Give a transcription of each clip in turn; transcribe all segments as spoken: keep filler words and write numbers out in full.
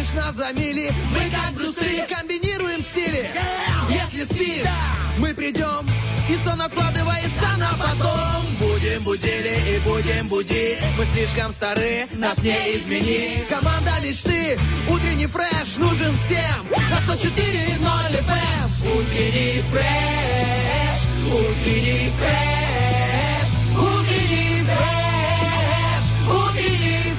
Видишь нас за мили, мы как Брюсы, комбинируем стили. Если спишь, мы придем, и сон откладывается на потом. Будем будили и будем будить, мы слишком стары, нас не изменить. Команда мечты, утренний фреш нужен всем. На сто четыре ноль эф эм. Утренний фреш, утренний фреш, утренний фреш, утренний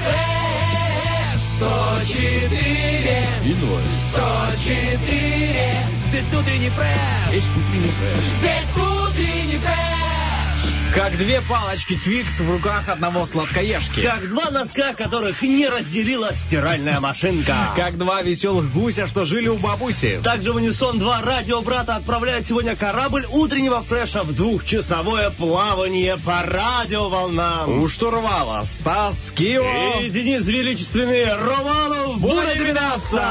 фреш. Сто четыре и ноль. Сто четыре. Здесь утренний фреш. Здесь утренний фреш. Здесь утренний фреш. Как две палочки Твикс в руках одного сладкоежки. Как два носка, которых не разделила стиральная машинка. Как два веселых гуся, что жили у бабуси. Также в унисон два радиобрата отправляет сегодня корабль утреннего фреша в двухчасовое плавание по радиоволнам. У штурвала Стас Кио и Денис Величественный Романов будут двенадцать.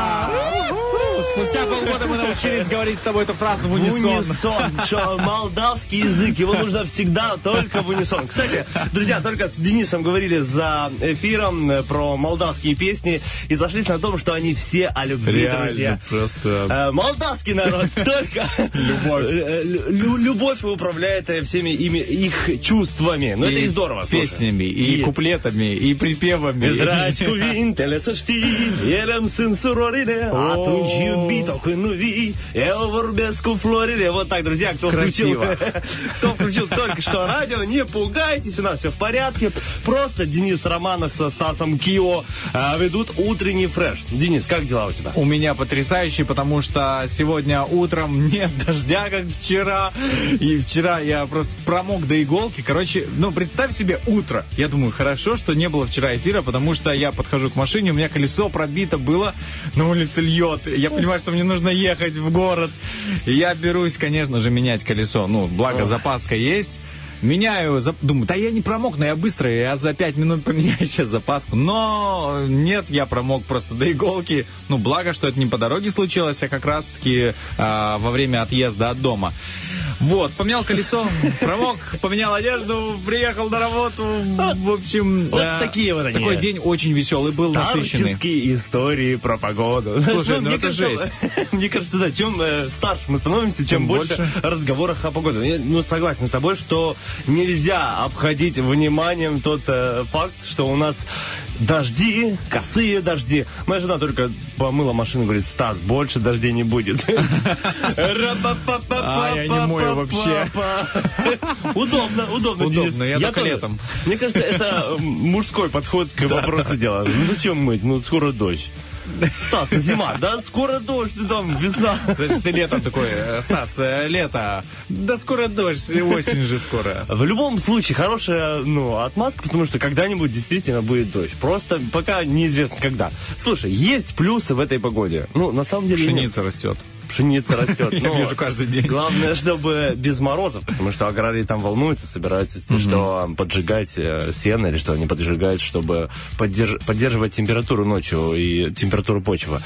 Спустя полгода мы научились говорить с тобой эту фразу в унисон. В унисон. Что, молдавский язык, его нужно всегда только в унисон. Кстати, друзья, только с Денисом говорили за эфиром про молдавские песни и сошлись на том, что они все о любви, реально, друзья. Просто... Молдавский народ только любовь. Любовь управляет всеми ими их чувствами. Ну, это и здорово. Песнями, и куплетами, и припевами. Здравствуй, cuvintele să știi, ele îmi sunt surorile, atunci iubito când nu vii, eu vorbesc cu florile. Вот так, друзья, кто включил, кто включил только что радио, не пугайтесь, у нас все в порядке. Просто Денис Романов со Стасом Кио ведут утренний фреш. Денис, как дела у тебя? У меня потрясающий, потому что сегодня утром нет дождя, как вчера. И вчера я просто промок до иголки. Короче, ну, представь себе утро. Я думаю, хорошо, что не было вчера эфира, потому что я подхожу к машине, у меня колесо пробито было, на улице льет. Я понимаю, что мне нужно ехать в город. И я берусь, конечно же, менять колесо. Ну, благо запаска есть. Меняю, думаю, да я не промокну, я быстро, я за пять минут поменяю сейчас запаску. Но нет, я промок просто до иголки. Ну, благо, что это не по дороге случилось, а как раз-таки а, во время отъезда от дома. Вот, поменял колесо, промок, поменял одежду, приехал на работу. В общем, вот да, такие вот они. Такой день очень веселый был, насыщенный. Старческие истории про погоду. Слушай, ну, ну это кажется, жесть. Мне кажется, да, чем э, старше мы становимся, тем, Тем больше, больше разговоров о погоде. Я, ну, согласен с тобой, что нельзя обходить вниманием тот э, факт, что у нас дожди, косые дожди. Моя жена только помыла машину, говорит, Стас, больше дождей не будет. А я не мою вообще. Удобно, удобно. Удобно, я только летом. Мне кажется, это мужской подход к вопросу дела. Ну зачем мыть? Ну скоро дождь. Стас, зима, да скоро дождь, ты там весна. Значит, ты летом такой, Стас, лето, да скоро дождь, осень же скоро. В любом случае, хорошая, ну, отмазка, потому что когда-нибудь действительно будет дождь. Просто пока неизвестно когда. Слушай, есть плюсы в этой погоде. Ну, на самом деле пшеница растет. Пшеница растет. Я вижу каждый день. Главное, чтобы без морозов, потому что аграрии там волнуются, собираются, mm-hmm. что поджигать сено или что они поджигают, чтобы поддерж... поддерживать температуру ночью и температуру почвы.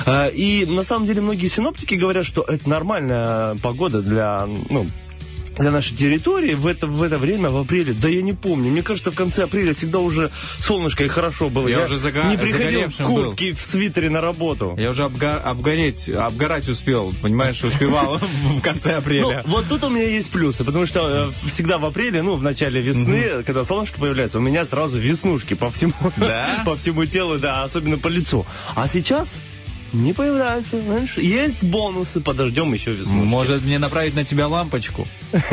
И на самом деле многие синоптики говорят, что это нормальная погода для, ну, для нашей территории в это, в это время, в апреле. Да я не помню. Мне кажется, в конце апреля всегда уже солнышко и хорошо было. Я, я уже зага... не приходил в куртке и в свитере на работу. Я уже обга... обгореть, обгорать успел. Понимаешь, успевал в конце апреля. Вот тут у меня есть плюсы, потому что всегда в апреле, ну, в начале весны, когда солнышко появляется, у меня сразу веснушки по всему, по всему телу, да, особенно по лицу. А сейчас... не появляются, знаешь. Есть бонусы, подождем еще весну. Может, мне направить на тебя лампочку?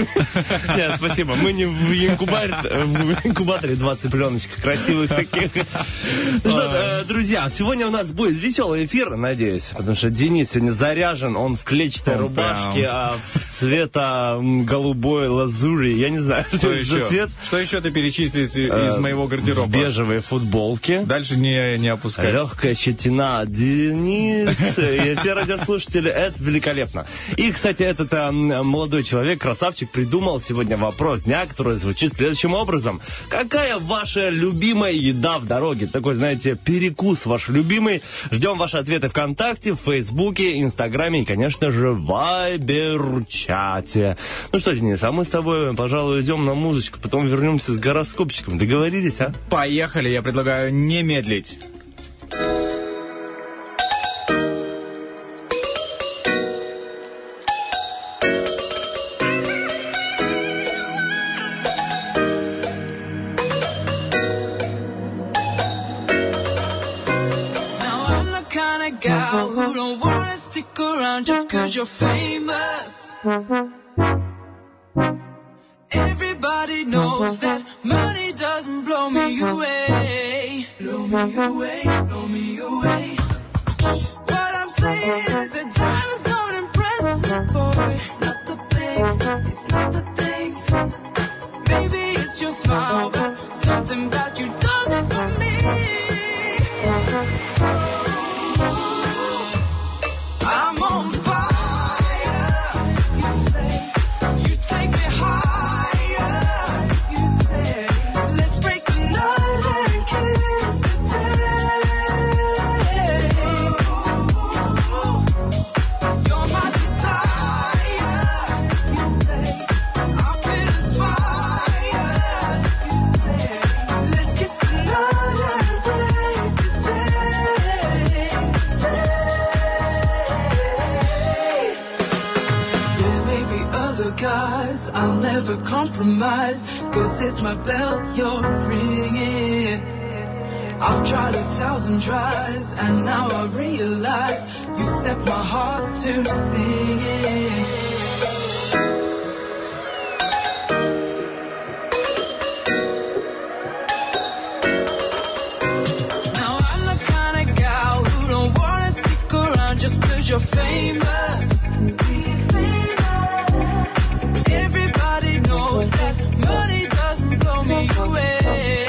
Нет, спасибо. Мы не в инкубаторе, в инкубаторе двадцать пленочек красивых таких. Что, друзья, сегодня у нас будет веселый эфир, надеюсь, потому что Денис сегодня заряжен, он в клетчатой рубашке, а в цвета голубой лазури. Я не знаю, что это за цвет. Что еще ты перечислишь из моего гардероба? В бежевой футболке. Дальше не, не опускай. Легкая щетина. Денис. И все радиослушатели, это великолепно. И, кстати, этот а, молодой человек, красавчик, придумал сегодня вопрос дня, который звучит следующим образом. Какая ваша любимая еда в дороге? Такой, знаете, перекус ваш любимый. Ждем ваши ответы ВКонтакте, в Фейсбуке, Инстаграме и, конечно же, в Вайбер-чате. Ну что, Денис, а мы с тобой, пожалуй, идем на музычку, потом вернемся с гороскопчиком. Договорились, а? Поехали, я предлагаю не медлить. around just cause you're famous. Everybody knows that money doesn't blow me away. Blow me away, blow me away. What I'm saying is that diamonds don't impress me, boy. It's not the thing, it's not the things. Maybe it's your smile, but something about you does it for me. I'm on fire. You take me higher. You say, let's break the night and kiss the day. You're my desire. I feel inspired. Let's kiss the night and break the day. There may be other guys I'll never compromise, cause it's my bell you're ringing. I've tried a thousand tries and now I realize you set my heart to singing. Now I'm the kind of gal who don't wanna stick around just cause you're famous. Everybody knows that money doesn't blow me away.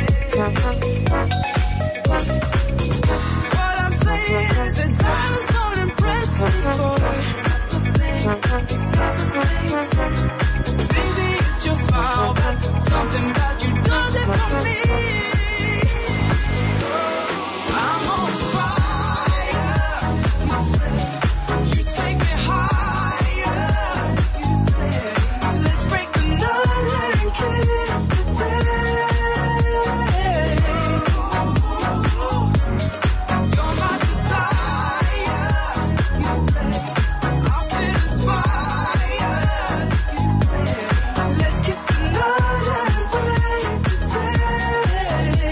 What I'm saying is that diamonds don't impress me, boy. Maybe it's your smile, but something about you does it for me. I'm on fire. You take me higher. Let's break the night and kiss the day. You're my desire. I feel inspired. Let's kiss the night and break the day.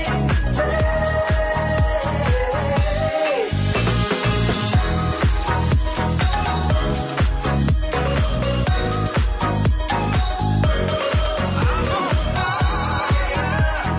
I'm on fire.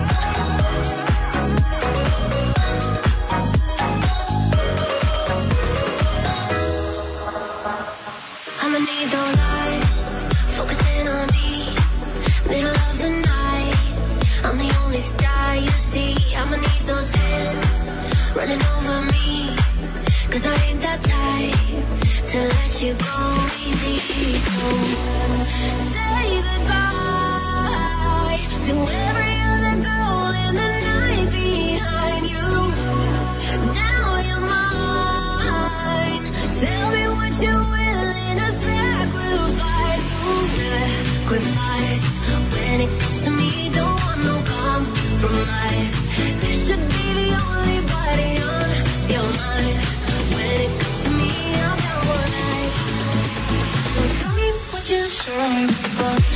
I'ma need those eyes focusing on me. Middle of the night, I'm the only star you see. I'ma need those hands running over me, cause I ain't that type to let you go easy. So say goodbye to every other girl in the night behind you. Now you're mine. Tell me what you're willing to sacrifice. Ooh, sacrifice. When it comes to me, don't want no compromise. This should be the only body on your mind. When it comes to me, I'm down for life. So tell me what you're sacrifice.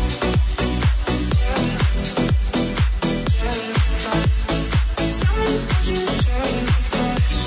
Tell me what you're sacrifice.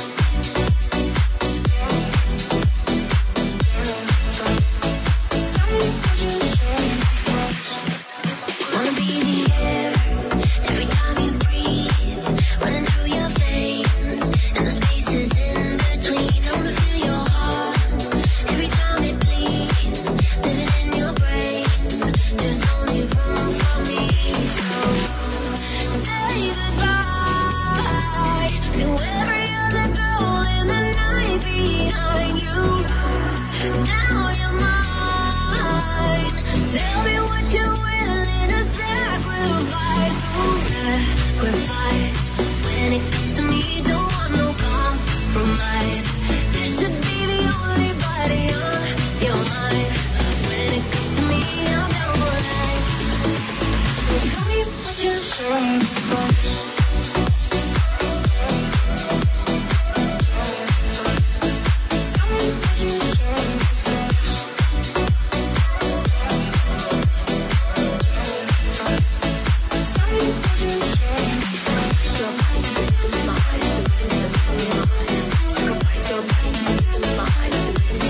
Tell me what you're sacrifice. Wanna be the air every time you breathe, running through your veins and the spaces in between. I wanna feel your heart every time it bleeds, living in your brain. There's only room for me, so say goodbye to every other girl in the night behind you. Now you're mine. Tell me what you're willing to sacrifice. Ooh, sacrifice. When it comes to me, don't want no compromise. This should be the only body on your mind. When it comes to me, I'm down for life. So tell me what you're sacrifice. Tell me what you're sacrifice. Tell me what you're sacrifice.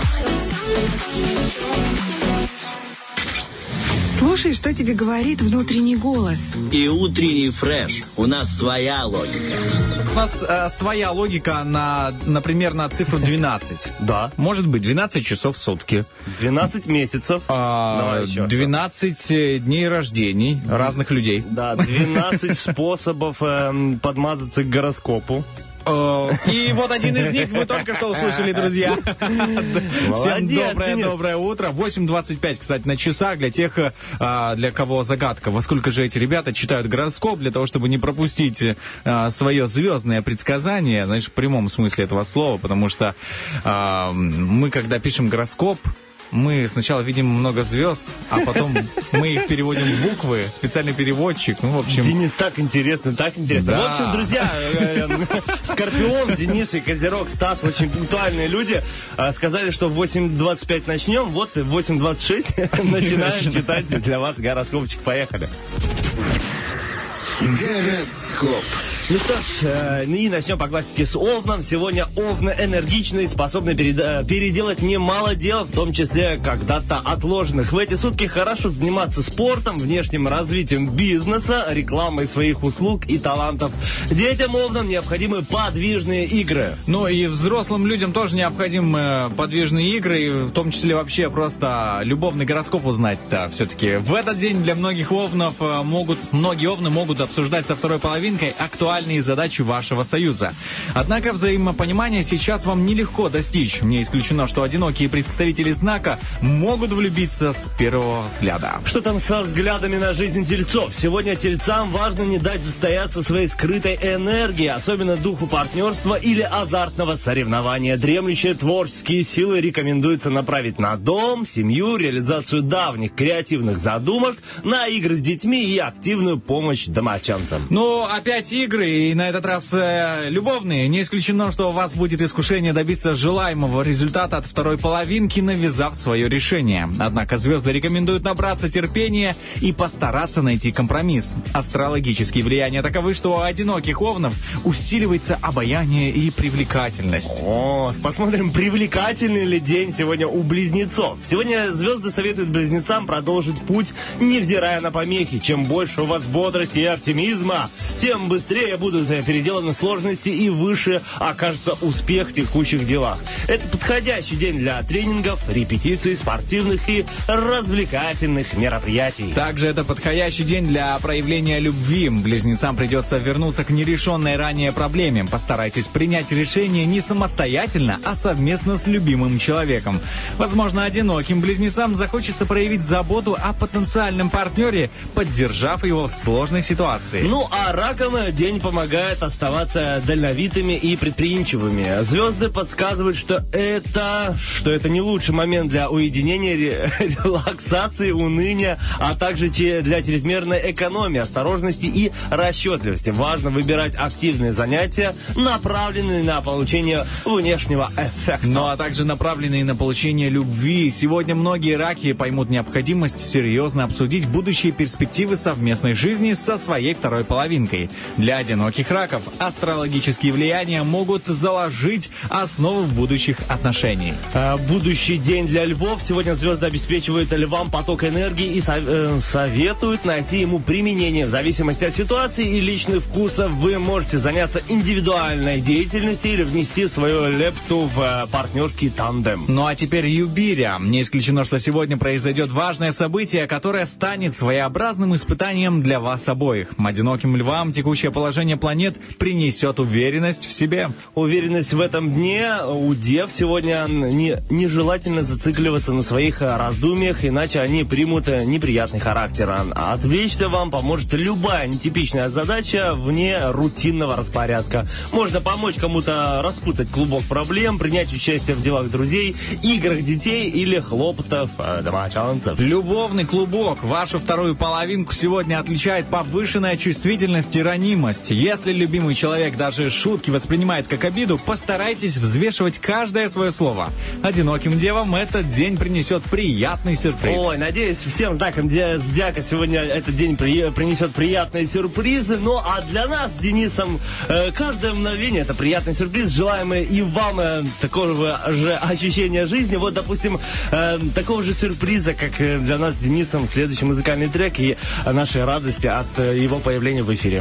Слушай, что тебе говорит внутренний голос. И утренний фреш. У нас своя логика. У нас э, своя логика, на, например, на цифру двенадцать. Да. Может быть, двенадцать часов в сутки. двенадцать месяцев. А, Давай еще. двенадцать дней рождений разных людей. Да, двенадцать способов эм, подмазаться к гороскопу. И вот один из них вы только что услышали, друзья. Всем доброе-доброе утро. восемь двадцать пять, кстати, на часах для тех, для кого загадка. Во сколько же эти ребята читают гороскоп, для того, чтобы не пропустить свое звездное предсказание, знаешь, в прямом смысле этого слова, потому что мы, когда пишем гороскоп, мы сначала видим много звезд, а потом мы их переводим в буквы, специальный переводчик, ну, в общем... Денис, так интересно, так интересно. Да. В общем, друзья, Скорпион, Денис и Козерог, Стас, очень пунктуальные люди, сказали, что в восемь двадцать пять начнем, вот в восемь двадцать шесть начинаем читать для вас гороскопчик. Поехали. Гороскоп. Ну что ж, э, и начнем по классике с Овном. Сегодня Овны энергичные, способны переда- переделать немало дел, в том числе когда-то отложенных. В эти сутки хорошо заниматься спортом, внешним развитием бизнеса, рекламой своих услуг и талантов. Детям Овнам необходимы подвижные игры. Ну и взрослым людям тоже необходимы подвижные игры, и в том числе вообще просто любовный гороскоп узнать-то все-таки. В этот день для многих Овнов могут, многие Овны могут обсуждать со второй половинкой актуальные задачи вашего союза. Однако взаимопонимание сейчас вам нелегко достичь. Не исключено, что одинокие представители знака могут влюбиться с первого взгляда. Что там со взглядами на жизнь тельцов? Сегодня тельцам важно не дать застояться своей скрытой энергии, особенно духу партнерства или азартного соревнования. Дремлющие творческие силы рекомендуется направить на дом, семью, реализацию давних креативных задумок, на игры с детьми и активную помощь домочадцам. Ну, опять игры, и на этот раз э, любовные. Не исключено, что у вас будет искушение добиться желаемого результата от второй половинки, навязав свое решение. Однако звезды рекомендуют набраться терпения и постараться найти компромисс. Астрологические влияния таковы, что у одиноких Овнов усиливается обаяние и привлекательность. О, посмотрим, привлекательный ли день сегодня у близнецов. Сегодня звезды советуют близнецам продолжить путь, невзирая на помехи. Чем больше у вас бодрости и оптимизма, тем быстрее будут переделаны сложности и выше окажется успех в текущих делах. Это подходящий день для тренингов, репетиций, спортивных и развлекательных мероприятий. Также это подходящий день для проявления любви. Близнецам придется вернуться к нерешенной ранее проблеме. Постарайтесь принять решение не самостоятельно, а совместно с любимым человеком. Возможно, одиноким близнецам захочется проявить заботу о потенциальном партнере, поддержав его в сложной ситуации. Ну, а ракам день помогает оставаться дальновитыми и предприимчивыми. Звезды подсказывают, что это, что это не лучший момент для уединения, релаксации, уныния, а также для чрезмерной экономии, осторожности и расчетливости. Важно выбирать активные занятия, направленные на получение внешнего эффекта. Ну, а также направленные на получение любви. Сегодня многие раки поймут необходимость серьезно обсудить будущие перспективы совместной жизни со своей второй половинкой. Для одиноких раков астрологические влияния могут заложить основу будущих отношений. А, будущий день для львов. Сегодня звезды обеспечивают львам поток энергии и сов- э, советуют найти ему применение. В зависимости от ситуации и личных вкусов вы можете заняться индивидуальной деятельностью или внести свою лепту в э, партнерский тандем. Ну а теперь Юбиря. Не исключено, что сегодня произойдет важное событие, которое станет своеобразным испытанием для вас обоих. Одиноким львам текущее положение планет принесет уверенность в себе. Уверенность в этом дне у дев сегодня не, нежелательно зацикливаться на своих раздумьях, иначе они примут неприятный характер. Отвлечься вам поможет любая нетипичная задача вне рутинного распорядка. Можно помочь кому-то распутать клубок проблем, принять участие в делах друзей, играх детей или хлопотов домочадцев. Любовный клубок. Вашу вторую половинку сегодня отличает повышенная чувствительность и ранимость. Если любимый человек даже шутки воспринимает как обиду, постарайтесь взвешивать каждое свое слово. Одиноким девам этот день принесет приятный сюрприз. Ой, надеюсь, всем знаком зодиака сегодня этот день при... принесет приятные сюрпризы. Ну, а для нас с Денисом э, каждое мгновение это приятный сюрприз. Желаем и вам э, такого же ощущения жизни. Вот, допустим, э, такого же сюрприза, как для нас с Денисом, следующий музыкальный трек и нашей радости от э, его появления в эфире.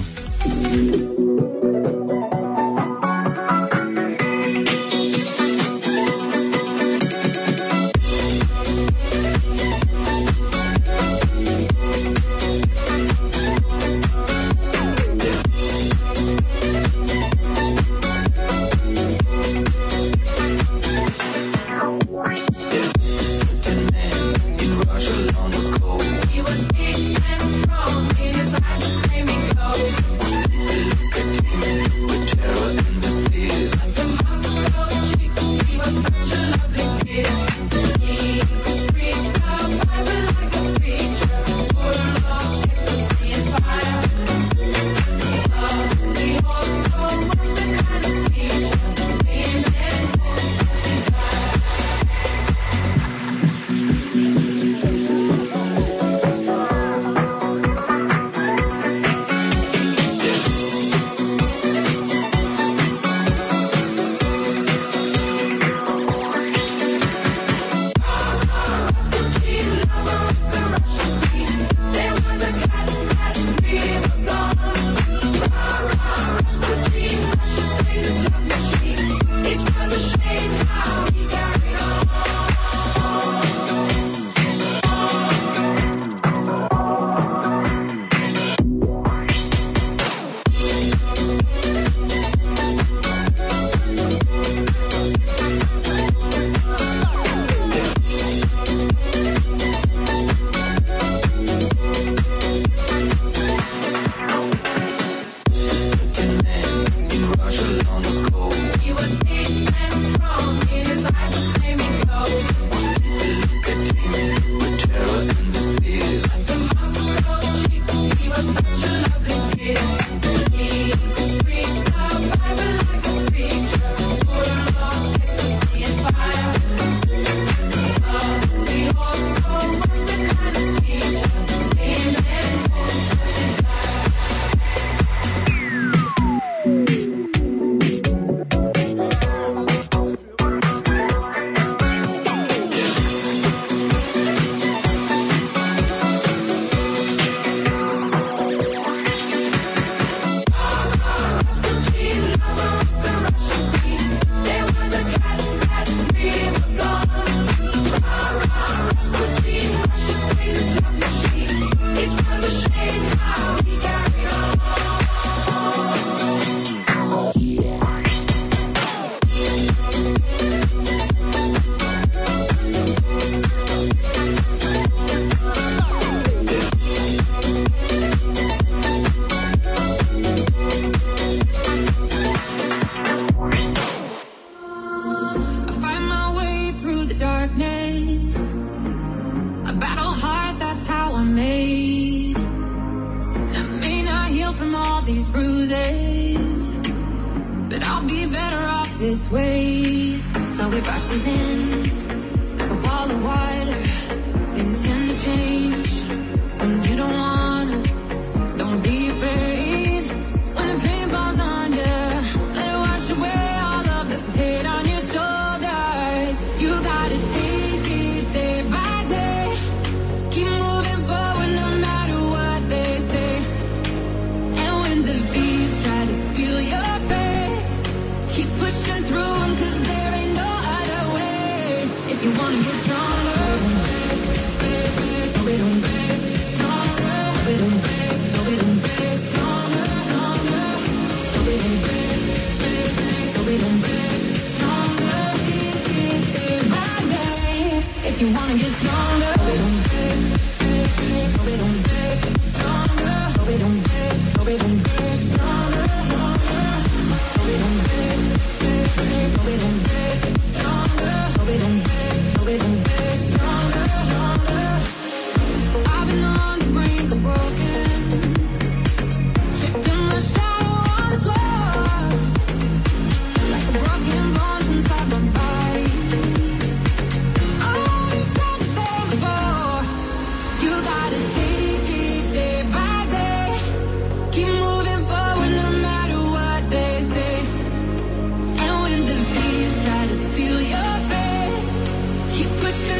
I've been on the brink of broken, tripped in my shower.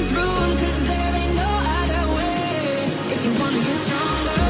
pushing through 'em 'cause there ain't no other way. If you wanna get stronger,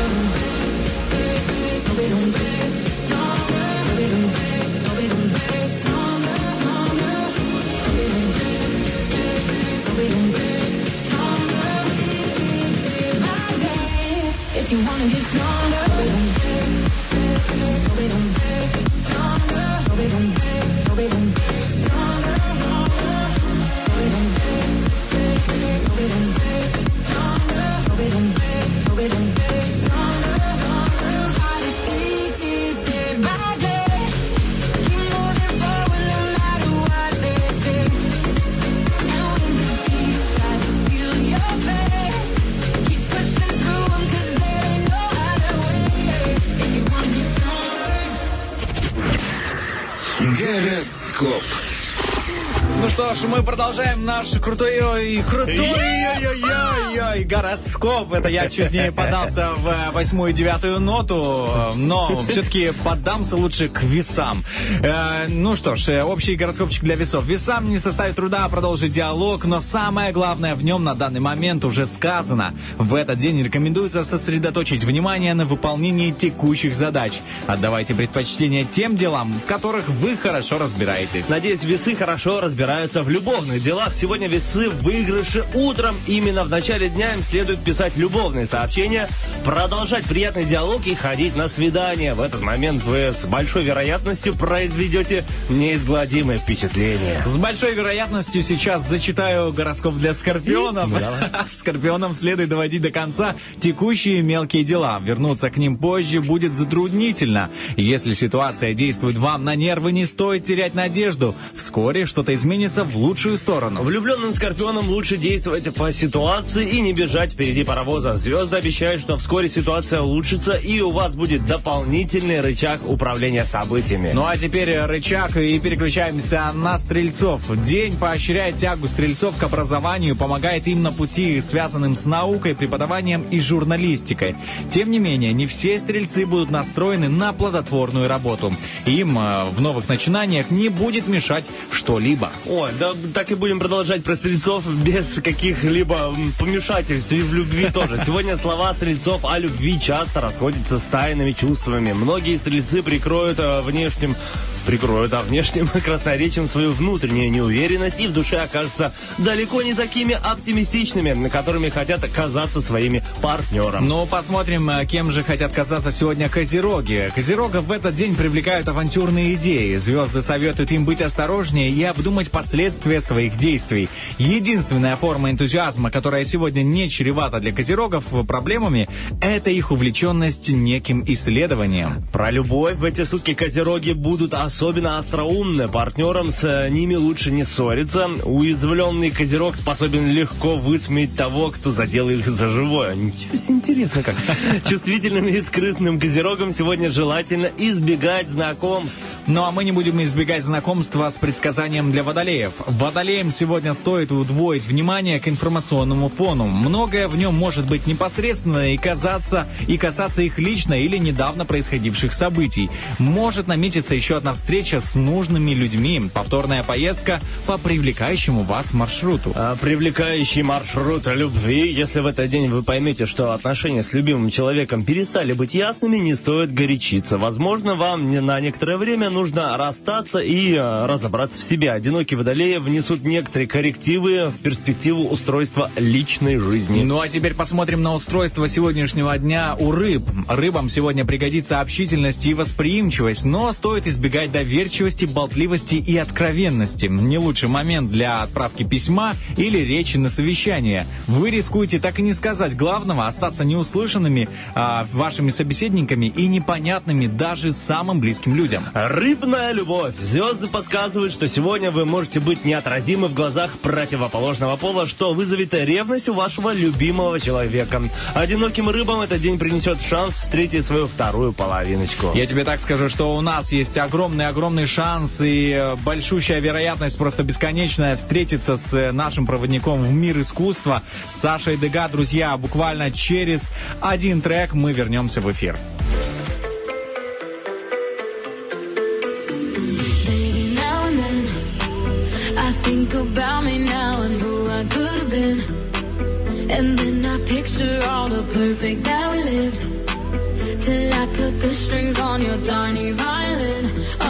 we don't break, stronger, we don't break, we don't break, stronger, stronger, we don't break, we don't break, stronger, day by day. If you wanna get stronger, we don't break, we don't break, stronger, we don't break, we don't break, stronger, stronger, we don't break, we don't break, stronger, we don't break, we don't break, stronger, stronger. Gotta take it day by day. Keep moving forward no matter what they say. And when defeat tries to steal your faith, keep pushing through 'em 'cause there ain't no other way. If you wanna get stronger. Гороскоп. Ну что ж, мы продолжаем наш крутой, ой, крутой, ой, ой, ой, ой, гороскоп. Это я чуть не подался в восьмую и девятую ноту, но все-таки поддамся лучше к весам. Э, ну что ж, общий гороскопчик для весов. Весам не составит труда продолжить диалог, но самое главное в нем на данный момент уже сказано. В этот день рекомендуется сосредоточить внимание на выполнении текущих задач. Отдавайте предпочтение тем делам, в которых вы хорошо разбираетесь. Надеюсь, весы хорошо разбираются в любовных делах. Сегодня весы в выигрыше утром. Именно в начале дня им следует писать любовные сообщения, продолжать приятный диалог и ходить на свидание. В этот момент вы с большой вероятностью произведете неизгладимое впечатление. С большой вероятностью сейчас зачитаю гороскоп для скорпионов. Скорпионам следует доводить до конца текущие мелкие дела. Вернуться к ним позже будет затруднительно. Если ситуация действует вам на нервы, не стоит терять надежду. Вскоре что-то изменится в лучшую сторону. Влюбленным скорпионам лучше действовать по ситуации и не бежать впереди паровоза. Звезды обещают, что вскоре ситуация улучшится и у вас будет дополнительный рычаг управления событиями. Ну а теперь рычаг и переключаемся на стрельцов. День поощряет тягу стрельцов к образованию, помогает им на пути, связанным с наукой, преподаванием и журналистикой. Тем не менее, не все стрельцы будут настроены на плодотворную работу. Им э, в новых начинаниях не будет мешать что-либо. Ой, да так и будем продолжать про стрельцов без каких-либо помешательств и в любви тоже. Сегодня слова стрельцов о любви часто расходятся с тайными чувствами. Многие стрельцы прикроют э, внешним прикроют, а внешним красноречием свою внутреннюю неуверенность и в душе окажутся далеко не такими оптимистичными, на которыми хотят казаться своими партнерам. Ну, посмотрим, кем же хотят казаться сегодня козероги. Козерогов в этот день привлекают авантюрные идеи. Звезды советуют им быть осторожнее и обдумать последствия своих действий. Единственная форма энтузиазма, которая сегодня не чревата для козерогов проблемами, это их увлеченность неким исследованием. Про любовь в эти сутки козероги будут особенно остроумны. Партнерам с ними лучше не ссориться. Уязвленный козерог способен легко высмеять того, кто задел их за живое. Ничего себе, интересно как. Чувствительным и скрытным козерогам сегодня желательно избегать знакомств. Ну а мы не будем избегать знакомства с предсказанием для водолеев. Водолеям сегодня стоит удвоить внимание к информационному фону. Многое в нем может быть непосредственно и казаться, и касаться их лично или недавно происходивших событий. Может наметиться еще одна встреча с нужными людьми. Повторная поездка по привлекающему вас маршруту. А привлекающий маршрут любви. Если в этот день вы поймете, что отношения с любимым человеком перестали быть ясными, не стоит горячиться. Возможно, вам не на некоторое время нужно расстаться и э, разобраться в себе. Одинокие водолеи внесут некоторые коррективы в перспективу устройства личной жизни. Ну а теперь посмотрим на устройство сегодняшнего дня у рыб. Рыбам сегодня пригодится общительность и восприимчивость, но стоит избегать доверчивости, болтливости и откровенности. Не лучший момент для отправки письма или речи на совещание. Вы рискуете так и не сказать главного, остаться неуслышанными а, вашими собеседниками и непонятными даже самым близким людям. Рыбная любовь. Звезды подсказывают, что сегодня вы можете быть неотразимы в глазах противоположного пола, что вызовет ревность у вашего любимого человека. Одиноким рыбам этот день принесет шанс встретить свою вторую половиночку. Я тебе так скажу, что у нас есть огромный-огромный шанс и большущая вероятность, просто бесконечная, встретиться с нашим проводником в мир искусства, с Сашей Дега. Друзья, буквально через один трек мы вернемся в эфир. Think about me now and who I could have been. And then I picture all the perfect that we lived, till I cut the strings on your tiny violin.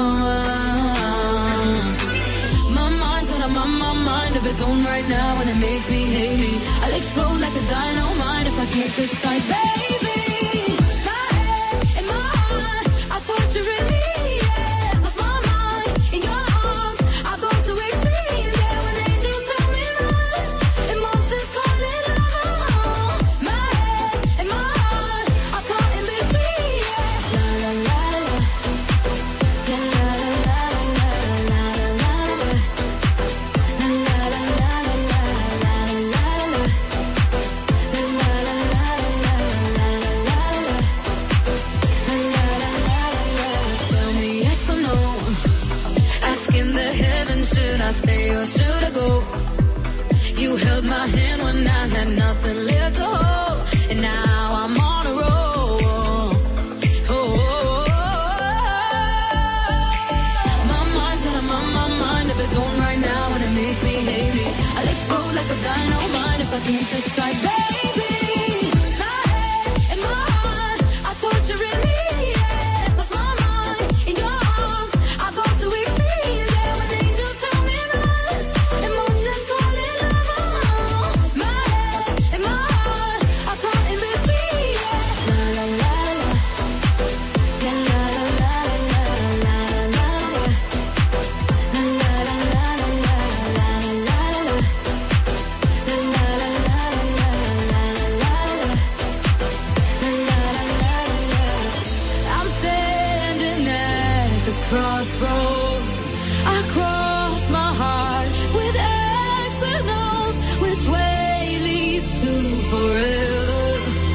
Oh, my mind's got a my, my mind of its own right now, and it makes me hate me. I'll explode like a dynamite if I can't decide, baby. My head and my heart are torturing me. Yeah, lost my mind in your arms. I go to extremes. Yeah, when angels tell me run, and monsters call it love. My head and my heart are caught in between. Yeah, la la la la, yeah, la la la la la la la, la la la la la la la la, la la la la la la la. Tell me yes or no. Asking the heavens, should I stay or should I go? You held my hand when I had nothing left to hold, and now I'm on a roll. Oh, my mind's got a my, my mind of its own right now, and it makes me hate me. I'll explode like a dynamite if I can't decide, baby. My head and my heart are torturing me. Yeah, lost my mind in your arms. I go to extremes. Yeah, when angels tell me run, and monsters call it love. My head and my heart are caught in between. Yeah, la la la la, yeah, la la la la la la la, la la la la la la la la, la la la la la la. I'm standing at the crossroads. I cross my heart with X and O's. Which way leads to forever?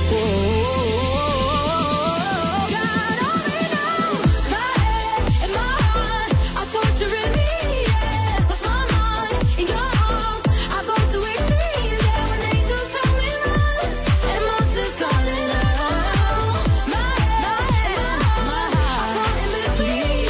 Whoa. God only knows. My head and my heart are torturing me. Yeah, lost my mind in your arms. I go to extremes. Yeah, when angels tell me run, and monsters call it love. My head and my heart are caught in between.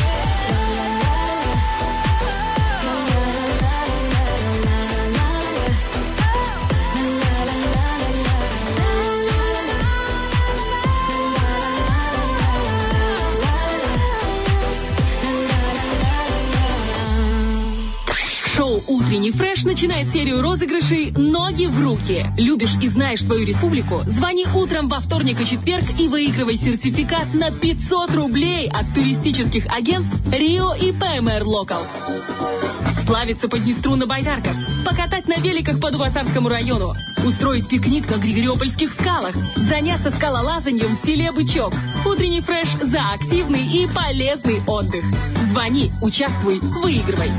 Шоу «Утренний фреш» начинает серию розыгрышей «Ноги в руки». Любишь и знаешь свою республику? Звони утром во вторник и четверг и выигрывай сертификат на пятьсот рублей от туристических агентств «Рио» и «пэ эм эр Locals». Сплавиться по Днестру на байдарках, покатать на великах по Дубасарскому району, устроить пикник на Григориопольских скалах, заняться скалолазаньем в селе Бычок. Утренний фреш за активный и полезный отдых. Звони, участвуй, выигрывай.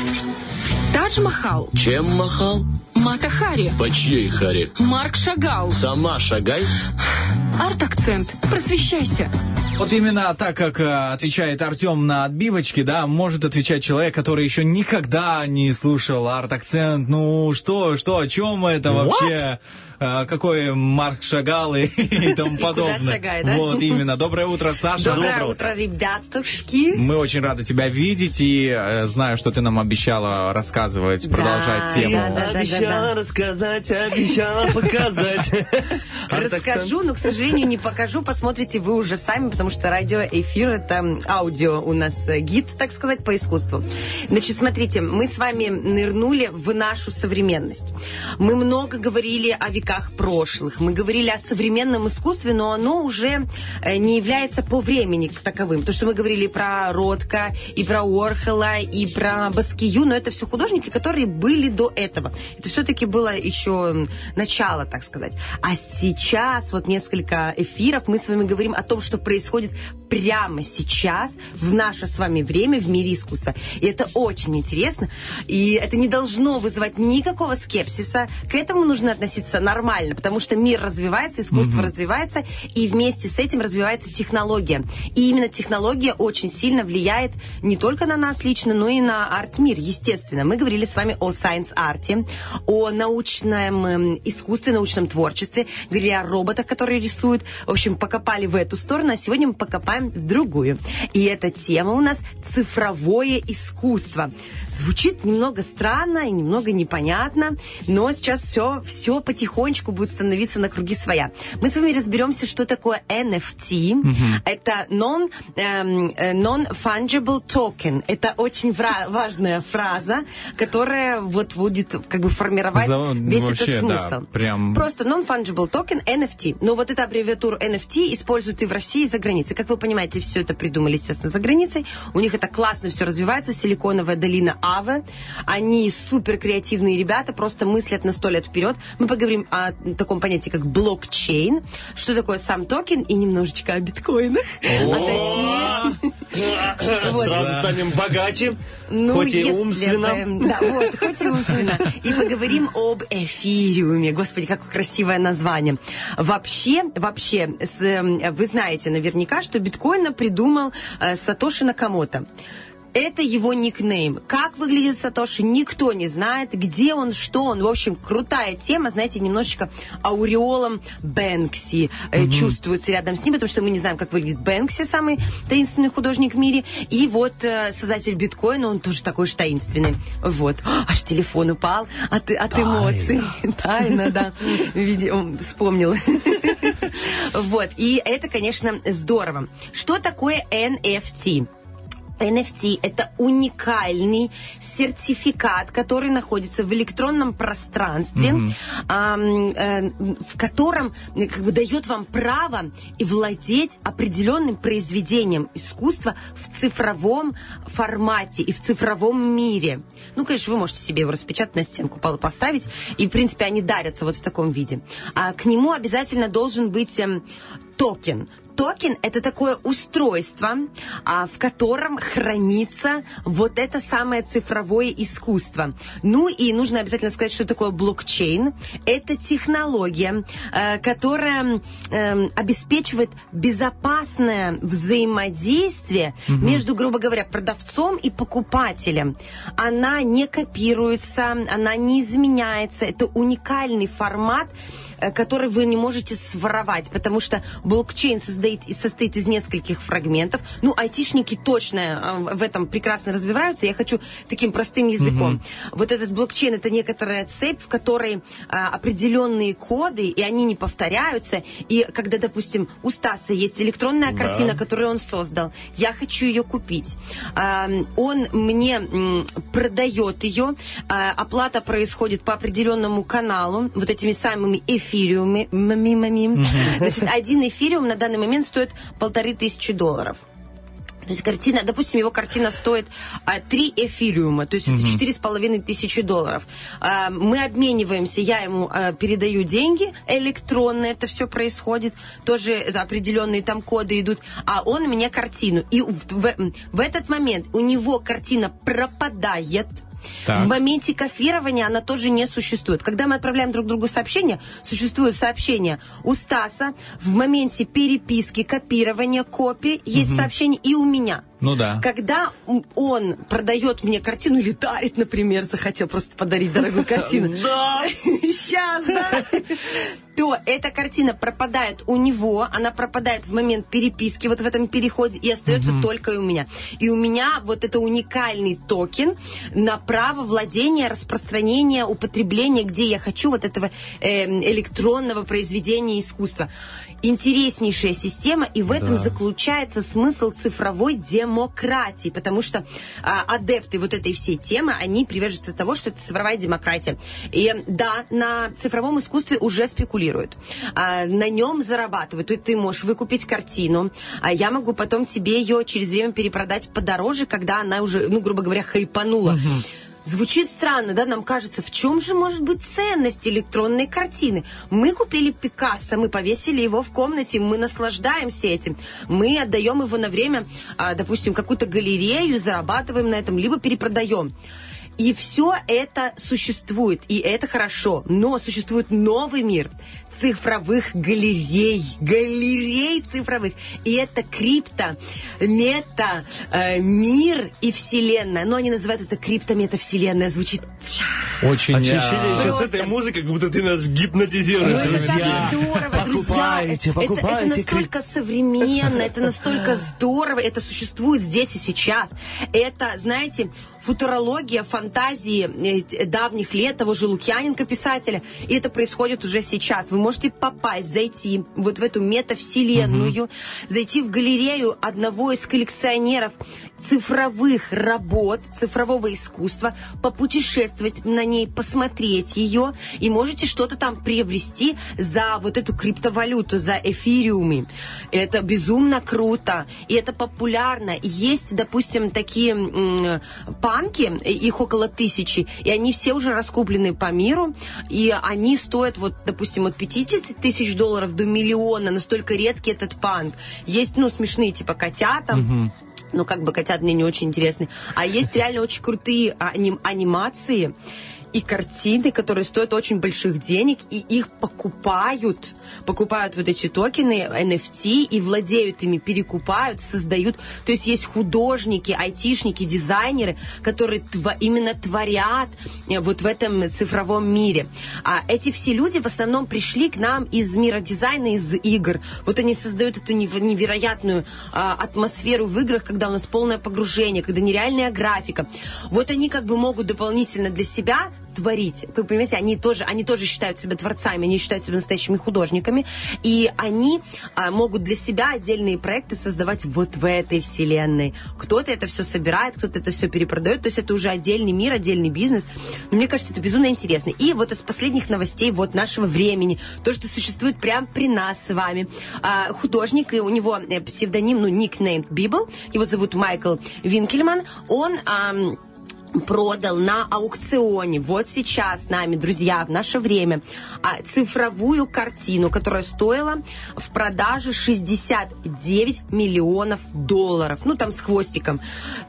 Тадж-Махал, Чем махал? Мата Хари, По чьей харе? Марк Шагал, Сама шагай. арт-акцент, просвещайся. Вот именно так, как э, отвечает Артем на отбивочке, да, может отвечать человек, который еще никогда не слушал арт-акцент. Ну, что, что, о чем это вообще? Э, какой Марк Шагал и, и тому подобное. Куда шагай, да? Вот именно. Доброе утро, Саша. Доброе утро, ребятушки. Мы очень рады тебя видеть и э, знаю, что ты нам обещала рассказывать, продолжать тему. да, да, да, Обещала рассказать, обещала показать. Расскажу, но, к сожалению, не покажу. Посмотрите вы уже сами, потому что радиоэфир — это аудио у нас гид, так сказать, по искусству. Значит, смотрите, мы с вами нырнули в нашу современность. Мы много говорили о веках прошлых, мы говорили о современном искусстве, но оно уже не является по времени таковым. Потому что мы говорили и про Ротко, и про Уорхола, и про Баскию, но это все художники, которые были до этого. Это все-таки было еще начало, так сказать. А сейчас, вот несколько эфиров, мы с вами говорим о том, что происходит прямо сейчас, в наше с вами время, в мире искусства. И это очень интересно. И это не должно вызывать никакого скепсиса. К этому нужно относиться нормально, потому что мир развивается, искусство mm-hmm. развивается, и вместе с этим развивается технология. И именно технология очень сильно влияет не только на нас лично, но и на арт-мир, естественно. Мы говорили с вами о сайенс-арте, о научном искусстве, научном творчестве, говорили о роботах, которые рисуют. В общем, покопали в эту сторону, а сегодня мы покопаем переплываем в другую. И эта тема у нас цифровое искусство. Звучит немного странно и немного непонятно, но сейчас все, все потихонечку будет становиться на круги своя. Мы с вами разберемся, что такое эн эф ти. Mm-hmm. Это non, эм, non-fungible token. Это очень вра- важная фраза, которая вот будет как бы формировать За, весь вообще, этот смысл. Да, прям... Просто non-fungible token эн эф ти. Но вот эту аббревиатуру эн эф ти используют и в России, и за границей. Как вы понимаете, все это придумали, естественно, за границей. У них это классно все развивается. Силиконовая долина Аве. Они супер креативные ребята, просто мыслят на сто лет вперед. Мы поговорим о таком понятии, как блокчейн. Что такое сам токен и немножечко о биткоинах. А точнее... Сразу станем богаче, ну, хоть и умственно. Бы, да, вот, хоть и умственно. И поговорим об эфириуме. Господи, какое красивое название. Вообще, вообще, с, вы знаете наверняка, что биткоина придумал э, Сатоши Накамото. Это его никнейм. Как выглядит Сатоши, никто не знает. Где он, что он. В общем, крутая тема. Знаете, немножечко ауреолом Бэнкси mm-hmm. чувствуется рядом с ним, потому что мы не знаем, как выглядит Бэнкси, самый таинственный художник в мире. И вот э, создатель биткоина, он тоже такой же таинственный. Вот. Аж телефон упал от, от эмоций. Тайна, да. Вспомнил. Вот. И это, конечно, здорово. Что такое эн эф ти? эн эф ти – это уникальный сертификат, который находится в электронном пространстве, mm-hmm. э, э, в котором как бы дает вам право и владеть определенным произведением искусства в цифровом формате и в цифровом мире. Ну, конечно, вы можете себе его распечатать, на стенку поставить, и, в принципе, они дарятся вот в таком виде. А к нему обязательно должен быть э, токен. Токен – это такое устройство, а, в котором хранится вот это самое цифровое искусство. Ну и нужно обязательно сказать, что такое блокчейн. Это технология, э, которая э, обеспечивает безопасное взаимодействие mm-hmm. между, грубо говоря, продавцом и покупателем. Она не копируется, она не изменяется. Это уникальный формат, который вы не можете своровать, потому что блокчейн создает, состоит из нескольких фрагментов. Ну, айтишники точно в этом прекрасно разбираются. Я хочу таким простым языком. Mm-hmm. Вот этот блокчейн – это некоторая цепь, в которой а, определенные коды, и они не повторяются. И когда, допустим, у Стаса есть электронная да. картина, которую он создал, я хочу ее купить. А, он мне м, продает ее, а, оплата происходит по определенному каналу, вот этими самыми эфирами, эфириумы, мимимами. Значит, один эфириум на данный момент стоит полторы тысячи долларов. То есть картина, допустим, его картина стоит а, три эфириума, то есть mm-hmm. четыре с половиной тысячи долларов. А, мы обмениваемся, я ему а, передаю деньги, электронно это все происходит, тоже это определенные там коды идут, а он мне картину. И в, в, в этот момент у него картина пропадает. Так. В моменте кофирования она тоже не существует. Когда мы отправляем друг другу сообщения, существует сообщение у Стаса, в моменте переписки, копирования, копии есть угу. сообщение и у меня. Ну да. Когда он продает мне картину или дарит, например, захотел просто подарить дорогую картину. Да! Сейчас, да! То эта картина пропадает у него, она пропадает в момент переписки, вот в этом переходе, и остается mm-hmm. только у меня. И у меня вот это уникальный токен на право владения, распространения, употребления, где я хочу вот этого э, электронного произведения искусства. Интереснейшая система, и в этом да. заключается смысл цифровой демократии, потому что а, адепты вот этой всей темы, они приверженцы того, что это цифровая демократия. И да, на цифровом искусстве уже спекулируют, а, на нем зарабатывают. И ты можешь выкупить картину, а я могу потом тебе ее через время перепродать подороже, когда она уже, ну, грубо говоря, хайпанула. Угу. Звучит странно, да? Нам кажется, в чем же может быть ценность электронной картины? Мы купили Пикассо, мы повесили его в комнате, мы наслаждаемся этим. Мы отдаем его на время, допустим, какую-то галерею, зарабатываем на этом, либо перепродаем. И все это существует, и это хорошо. Но существует новый мир цифровых галерей. Галерей цифровых. И это крипто, мета, э, мир и вселенная. Но они называют это крипто-мета-вселенная. Звучит... Очень... Ощущение а, сейчас Просто. этой музыки, как будто ты нас гипнотизируешь, Ну, это друзья. так здорово, Покупайте, друзья. Это, покупайте это настолько современно, это настолько здорово, это существует здесь и сейчас. Это, знаете, футурология, фантазии э, давних лет, того же Лукьяненко, писателя. И это происходит уже сейчас. Вы можете попасть, зайти вот в эту метавселенную, mm-hmm. зайти в галерею одного из коллекционеров цифровых работ, цифрового искусства, попутешествовать на ней, посмотреть ее, и можете что-то там приобрести за вот эту криптовалюту, за эфириумы. Это безумно круто, и это популярно. Есть, допустим, такие м- панки, их около тысячи, и они все уже раскуплены по миру, и они стоят, вот, допустим, от пятьдесят тысяч долларов до миллиона, настолько редкий этот панк. Есть, ну, смешные, типа, котята, mm-hmm. ну, как бы котят мне не очень интересны. А есть реально очень крутые аним- анимации и картины, которые стоят очень больших денег, и их покупают, покупают вот эти токены, эн эф ти, и владеют ими, перекупают, создают. То есть есть художники, айтишники, дизайнеры, которые тв- именно творят вот в этом цифровом мире. А эти все люди в основном пришли к нам из мира дизайна, из игр. Вот они создают эту невероятную а, атмосферу в играх, когда у нас полное погружение, когда нереальная графика. Вот они как бы могут дополнительно для себя творить. Вы понимаете, они тоже, они тоже считают себя творцами, они считают себя настоящими художниками, и они а, могут для себя отдельные проекты создавать вот в этой вселенной. Кто-то это все собирает, кто-то это все перепродает, то есть это уже отдельный мир, отдельный бизнес. Но мне кажется, это безумно интересно. И вот из последних новостей вот нашего времени, то, что существует прямо при нас с вами. А, художник, и у него псевдоним, ну, никнейм Библ, его зовут Майкл Винкельман, он... А, продал на аукционе вот сейчас с нами, друзья, в наше время цифровую картину, которая стоила в продаже шестьдесят девять миллионов долларов. Ну, там с хвостиком.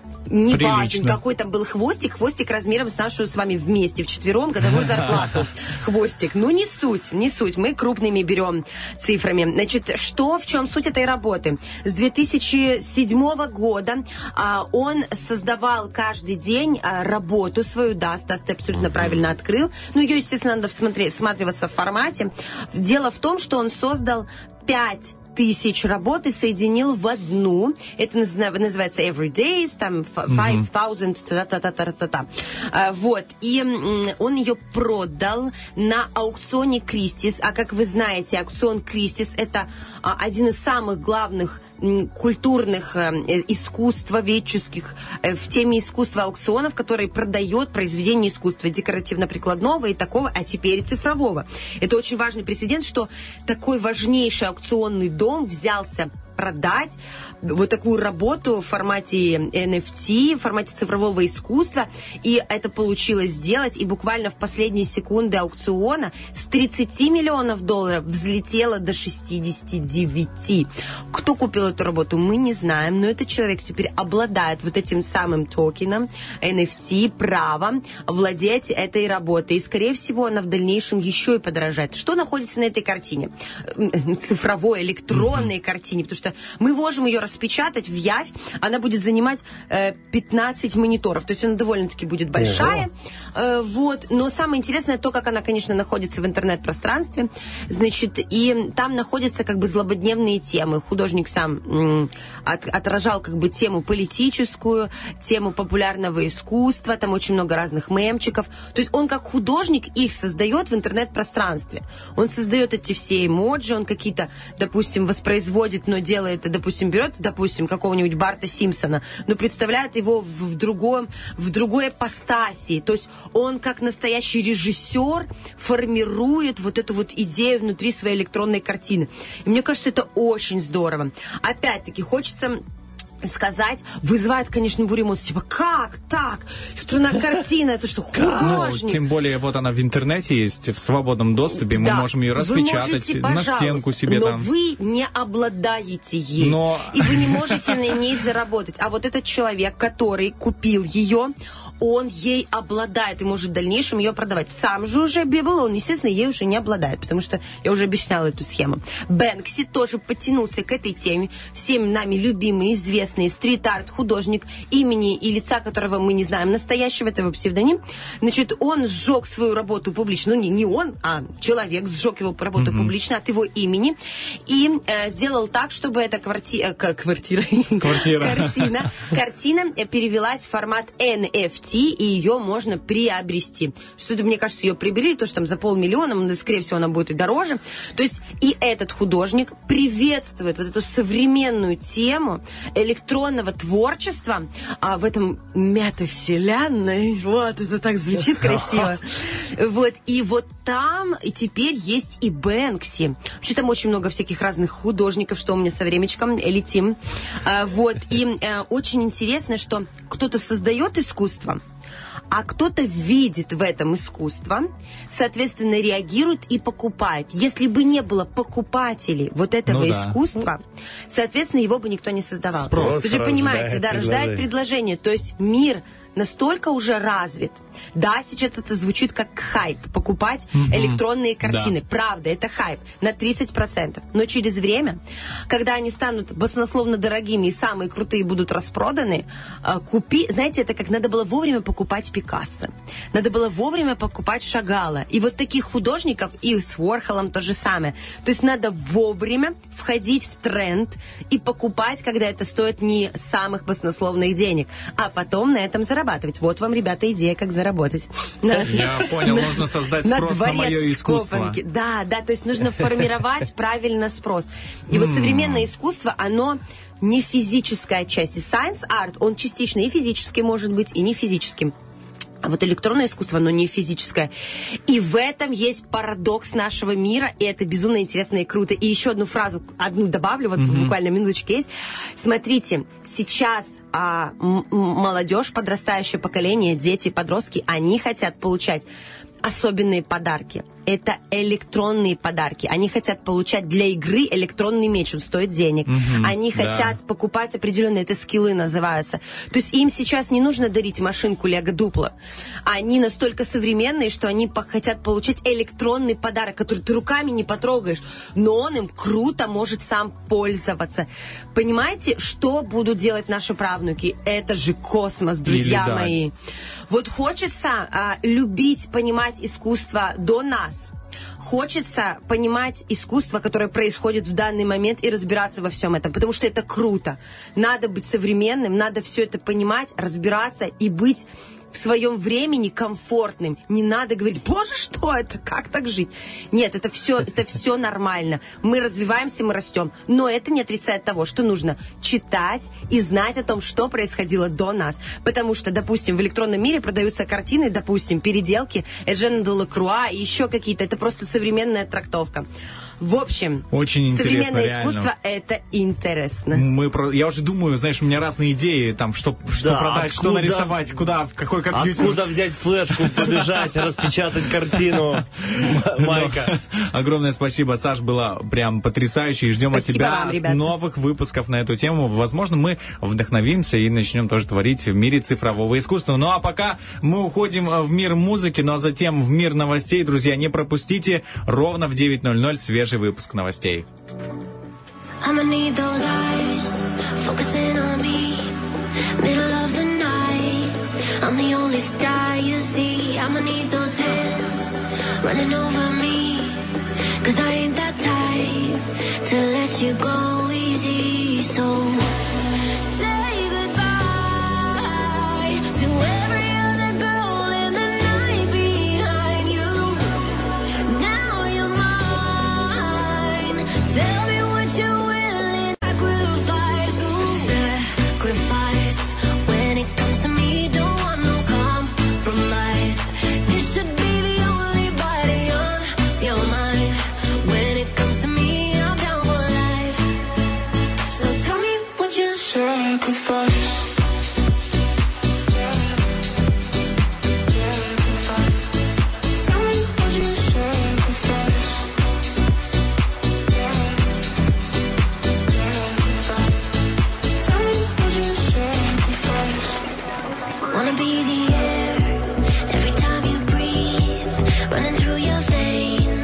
Не важен, какой там был хвостик. Хвостик размером с нашу с вами вместе, вчетвером, годовую зарплату. Хвостик. Ну, не суть, не суть. Мы крупными берем цифрами. Значит, что, в чем суть этой работы? С две тысячи седьмого года а, он создавал каждый день а, работу свою. Да, Стас, ты абсолютно правильно открыл. Ну, ее, естественно, надо всмотреть, всматриваться в формате. Дело в том, что он создал пять тысяч работ и соединил в одну. Это называется Everydays, там five thousand, та-та-та-та-та-та. А, вот. И м, он ее продал на аукционе Кристис. А как вы знаете, аукцион Кристис — это а, один из самых главных культурных, э, искусствоведческих, э, в теме искусства аукционов, который продает произведения искусства декоративно-прикладного и такого, а теперь и цифрового. Это очень важный прецедент, что такой важнейший аукционный дом взялся продать вот такую работу в формате эн эф ти, в формате цифрового искусства, и это получилось сделать, и буквально в последние секунды аукциона с тридцати миллионов долларов взлетело до шестидесяти девяти. Кто купил эту работу, мы не знаем, но этот человек теперь обладает вот этим самым токеном эн эф ти, правом владеть этой работой, и, скорее всего, она в дальнейшем еще и подорожает. Что находится на этой картине? Цифровой, электронной mm-hmm. картине, потому что мы можем ее распечатать в явь, она будет занимать э, пятнадцать мониторов, то есть она довольно-таки будет большая. Э, вот. Но самое интересное то, как она, конечно, находится в интернет-пространстве. Значит, и там находятся как бы злободневные темы. Художник сам м, от, отражал как бы тему политическую, тему популярного искусства, там очень много разных мемчиков. То есть он как художник их создает в интернет-пространстве. Он создает эти все эмоджи, он какие-то, допустим, воспроизводит, но делает, допустим, берет, допустим, какого-нибудь Барта Симпсона, но представляет его в, в, другом, в другой ипостаси. То есть он, как настоящий режиссер, формирует вот эту вот идею внутри своей электронной картины. И мне кажется, это очень здорово. Опять-таки, хочется сказать, вызывает, конечно, бурю эмоций. Типа, как так? Электронная картина, это что, художник? Ну, тем более, вот она в интернете есть, в свободном доступе, мы Да. можем ее распечатать, можете, на стенку себе но там. вы не обладаете ей. Но- И вы не можете на ней заработать. А вот этот человек, который купил ее, он ей обладает и может в дальнейшем ее продавать. Сам же уже Библ, он, естественно, ей уже не обладает, потому что я уже объясняла эту схему. Бэнкси тоже подтянулся к этой теме. Всеми нами любимый, известный стрит-арт художник, имени и лица которого мы не знаем настоящего, это его псевдоним. Значит, он сжег свою работу публично. Ну, не, не он, а человек сжег его работу mm-hmm. публично от его имени и э, сделал так, чтобы эта кварти... э, к- квартира... Квартира. картина, картина э, перевелась в формат эн эф ти, и ее можно приобрести. Что-то, мне кажется, ее приобрели, то, что там за полмиллиона, но, скорее всего, она будет и дороже. То есть и этот художник приветствует вот эту современную тему электронного творчества а, в этом метавселенной. Вот, это так звучит красиво. Вот, и вот там и теперь есть и Бэнкси. Вообще там очень много всяких разных художников, что у меня со времечком летим. А, вот, и а, очень интересно, что кто-то создает искусство, а кто-то видит в этом искусство, соответственно, реагирует и покупает. Если бы не было покупателей вот этого Ну да. искусства, соответственно, его бы никто не создавал. Спрос Вы же понимаете, рождает да, рождает предложение. предложение. То есть мир настолько уже развит. Да, сейчас это звучит как хайп. Покупать электронные картины. Правда, это хайп на тридцать процентов. Но через время, когда они станут баснословно дорогими и самые крутые будут распроданы, а, купи... Знаете, это как надо было вовремя покупать Пикассо. Надо было вовремя покупать Шагала. И вот таких художников, и с Уорхолом то же самое. То есть надо вовремя входить в тренд и покупать, когда это стоит не самых баснословных денег, а потом на этом зарабатывать. Вот вам, ребята, идея, как заработать. Я понял, нужно создать спрос на мое искусство. Копанки. Да, да, то есть нужно формировать правильно спрос. И вот современное искусство, оно не физическая часть. И science art, он частично и физический может быть, и не физическим. А вот электронное искусство, оно не физическое. И в этом есть парадокс нашего мира, и это безумно интересно и круто. И еще одну фразу, одну добавлю, вот mm-hmm. буквально минуточка есть. Смотрите, сейчас а, м- м- молодежь, подрастающее поколение, дети, подростки, они хотят получать особенные подарки. Это электронные подарки. Они хотят получать для игры электронный меч, он стоит денег. Мгм, Они да. хотят покупать определенные, это скиллы называются. То есть им сейчас не нужно дарить машинку Лего Дупло. Они настолько современные, что они по- хотят получать электронный подарок, который ты руками не потрогаешь, но он им круто может сам пользоваться. Понимаете, что будут делать наши правнуки? Это же космос, друзья Или да. мои. Вот хочется а, любить, понимать искусство до нас. Хочется понимать искусство, которое происходит в данный момент, и разбираться во всем этом, потому что это круто. Надо быть современным, надо все это понимать, разбираться и быть в своем времени комфортным. Не надо говорить, боже, что это, как так жить? Нет, это все, это все нормально. Мы развиваемся, мы растем. Но это не отрицает того, что нужно читать и знать о том, что происходило до нас. Потому что, допустим, в электронном мире продаются картины, допустим, переделки Эжена де Лакруа и еще какие-то. Это просто современная трактовка. В общем, Очень интересно, современное реально. искусство – это интересно. Мы про... Я уже думаю, знаешь, у меня разные идеи, там, что, что Да, продать, что откуда- нарисовать, куда, в какой компьютер. Откуда взять флешку, побежать, распечатать картину, Майка? Огромное спасибо, Саш, было прям потрясающе. И ждем от Спасибо тебя вам, ребята. новых выпусков на эту тему. Возможно, мы вдохновимся и начнем тоже творить в мире цифрового искусства. Ну а пока мы уходим в мир музыки, ну а затем в мир новостей. Друзья, не пропустите, ровно в девять ноль ноль свежий выпуск новостей. I'ma need those eyes focusing on me. Middle of the night, I'm the only star you see. I'ma need those hands running over me. Cause I ain't that type to let you go easy. So say goodbye to every other girl in the night behind you. Now you're mine. Tell me what you're willing to sacrifice. Ooh. Sacrifice. When it comes to me, don't want no compromise. You should be the only body on your mind. When it comes to me, I'm down for life. So tell me what you sacrifice.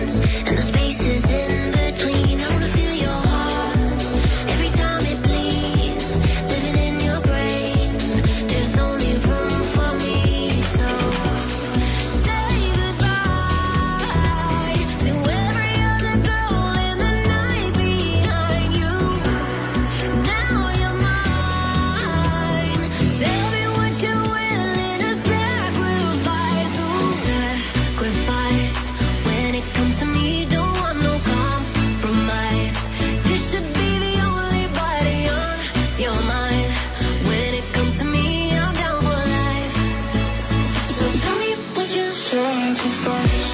distance and the spaces in between. I wanna feel your heart every time it bleeds, living in your brain. There's only room for me, so say goodbye to every other girl in the night behind you. Now you're mine. Tell me what you're willing to sacrifice. Ooh, sacrifice. When it comes to me, don't want no compromise. This should be the only body on your mind. When it comes to me, I'm down for life. So tell me what you sacrifice.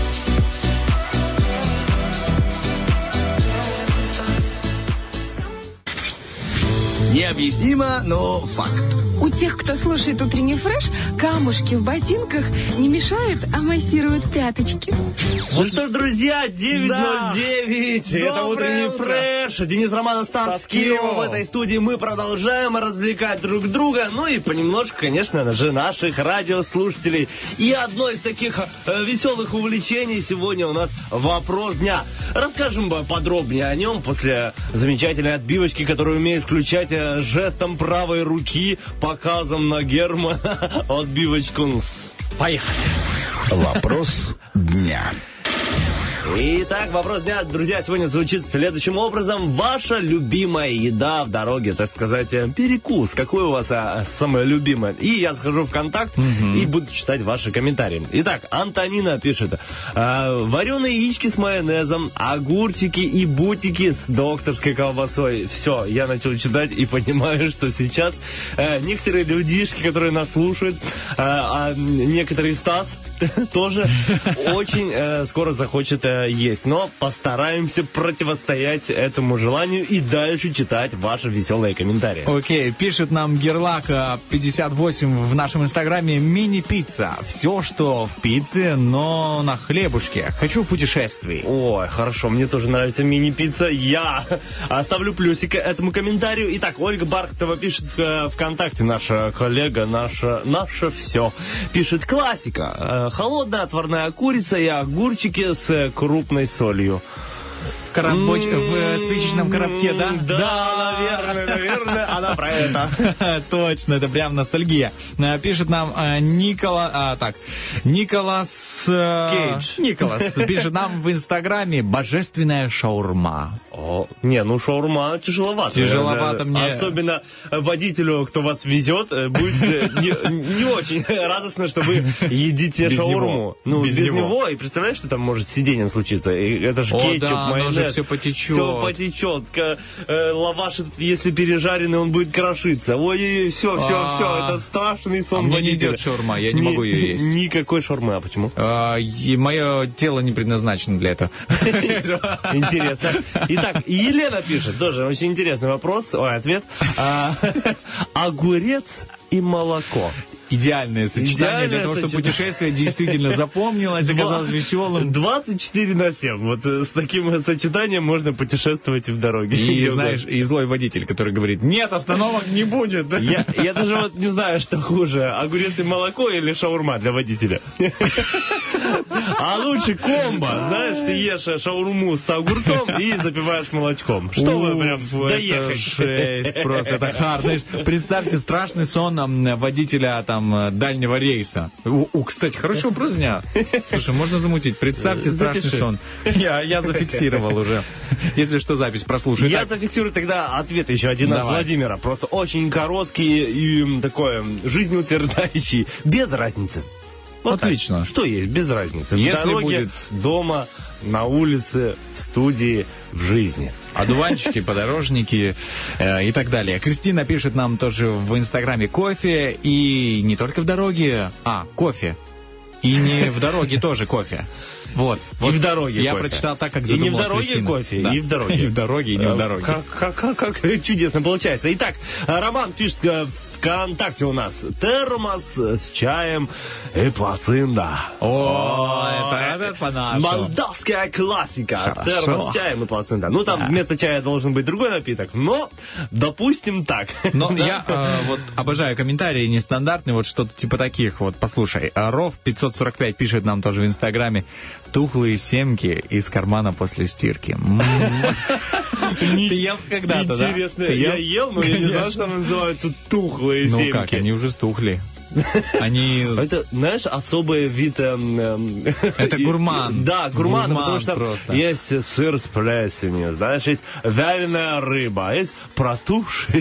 Необъяснимо, но факт. У тех, кто слушает утренний фреш, камушки в ботинках не мешают, а массируют пяточки. Ну что ж, друзья, девять ноль девять. Это утренний фреш. Денис Романов, Стас Скиров в этой студии. Мы продолжаем развлекать друг друга. Ну и понемножку, конечно же, наших радиослушателей. И одно из таких э, веселых увлечений сегодня у нас вопрос дня. Расскажем подробнее о нем после замечательной отбивочки, которую умеет включать э, жестом правой руки, показом на герма. Отбивочку. Поехали. Вопрос дня. Итак, вопрос дня, друзья, сегодня звучит следующим образом. Ваша любимая еда в дороге, так сказать, перекус. Какой у вас а, самая любимая? И я захожу в контакт mm-hmm. и буду читать ваши комментарии. Итак, Антонина пишет. А, вареные яички с майонезом, огурчики и бутики с докторской колбасой. Все, я начал читать и понимаю, что сейчас а, некоторые людишки, которые нас слушают, а, а некоторый Стас тоже очень а, скоро захочет а, есть, но постараемся противостоять этому желанию и дальше читать ваши веселые комментарии. Окей, okay, пишет нам Герлака пятьдесят восемь в нашем инстаграме: мини-пицца. Все, что в пицце, но на хлебушке. Хочу путешествий. Ой, хорошо, мне тоже нравится мини-пицца. Я оставлю плюсик этому комментарию. Итак, Ольга Бархатова пишет в ВКонтакте, наша коллега, наша, наше все. Пишет: классика. Холодная отварная курица и огурчики с крупной солью. Коробоч... В спичечном коробке, да? Да, да, наверное, наверное, она про это. Точно, это прям ностальгия. Пишет нам Никола... А, так, Николас... Кейдж. Николас пишет нам в инстаграме: божественная шаурма. О, не, ну шаурма тяжеловато. Тяжеловато мне. Особенно водителю, кто вас везет, будет не, не очень радостно, что вы едите без шаурму. Него. Ну, без, без него. него. И представляешь, что там может с сиденьем случиться? И это же О, кетчуп, да, майонез. Все потечет. Все потечет. Лаваш, если пережаренный, он будет крошиться. Ой, все, все, все. Это страшный сон. А мне не идет шаурма, я не могу ее есть. Никакой шаурмы. А почему? Мое тело не предназначено для этого. Интересно. Итак, Елена пишет, тоже очень интересный вопрос, ой, ответ. Огурец и молоко. Идеальное сочетание Идеальное для того, чтобы сочетание. Путешествие действительно запомнилось, оказалось веселым. двадцать четыре на семь. Вот с таким сочетанием можно путешествовать и в дороге. И, знаешь, и злой водитель, который говорит: нет, остановок не будет. Я, я даже вот не знаю, что хуже, огурец и молоко или шаурма для водителя. А лучше комбо. Знаешь, ты ешь шаурму с огурцом и запиваешь молочком. Что вы прям доехать. Это жесть просто, это хард. Знаешь, представьте страшный сон водителя там дальнего рейса. У, у, кстати, хороший вопрос дня. Слушай, можно замутить. Представьте страшный Запиши. сон. Я, я зафиксировал уже. Если что, запись прослушай. Я так. зафиксирую тогда ответ еще один от Владимира. Просто очень короткий и такой жизнеутверждающий. Без разницы. Вот отлично. Так. Что есть, без разницы. В Если дороге, будет дома, на улице, в студии, в жизни. Одуванчики, подорожники э, и так далее. Кристина пишет нам тоже в инстаграме: кофе, и не только в дороге, а, кофе. И не в дороге тоже кофе. Вот. И в дороге Я кофе. прочитал так, как И задумала не в дороге Кристина. кофе, Да. и в дороге. И в дороге, и не в дороге. Как, как, как, как чудесно получается. Итак, Роман пишет в ВКонтакте у нас термос с чаем и плацинда. О, это, это по-нашему. Молдавская классика. Хорошо. Термос с чаем и плацинда. Ну, там Да. вместо чая должен быть другой напиток, но допустим так. Но я э, вот обожаю комментарии нестандартные, вот что-то типа таких вот. Послушай, а Ров пятьсот сорок пять пишет нам тоже в Инстаграме: тухлые семки из кармана после стирки. М. Ты ел когда-то, да? Интересно. Ты Я ел, но я не знал, Конечно. что они называются тухлые Ну семки. как, они уже стухли. Они... Это, знаешь, особый вид... эм, эм, Это гурман. Да, гурман, Гурман потому что просто. есть сыр с плесенью, знаешь, есть вяленая рыба, есть протухшие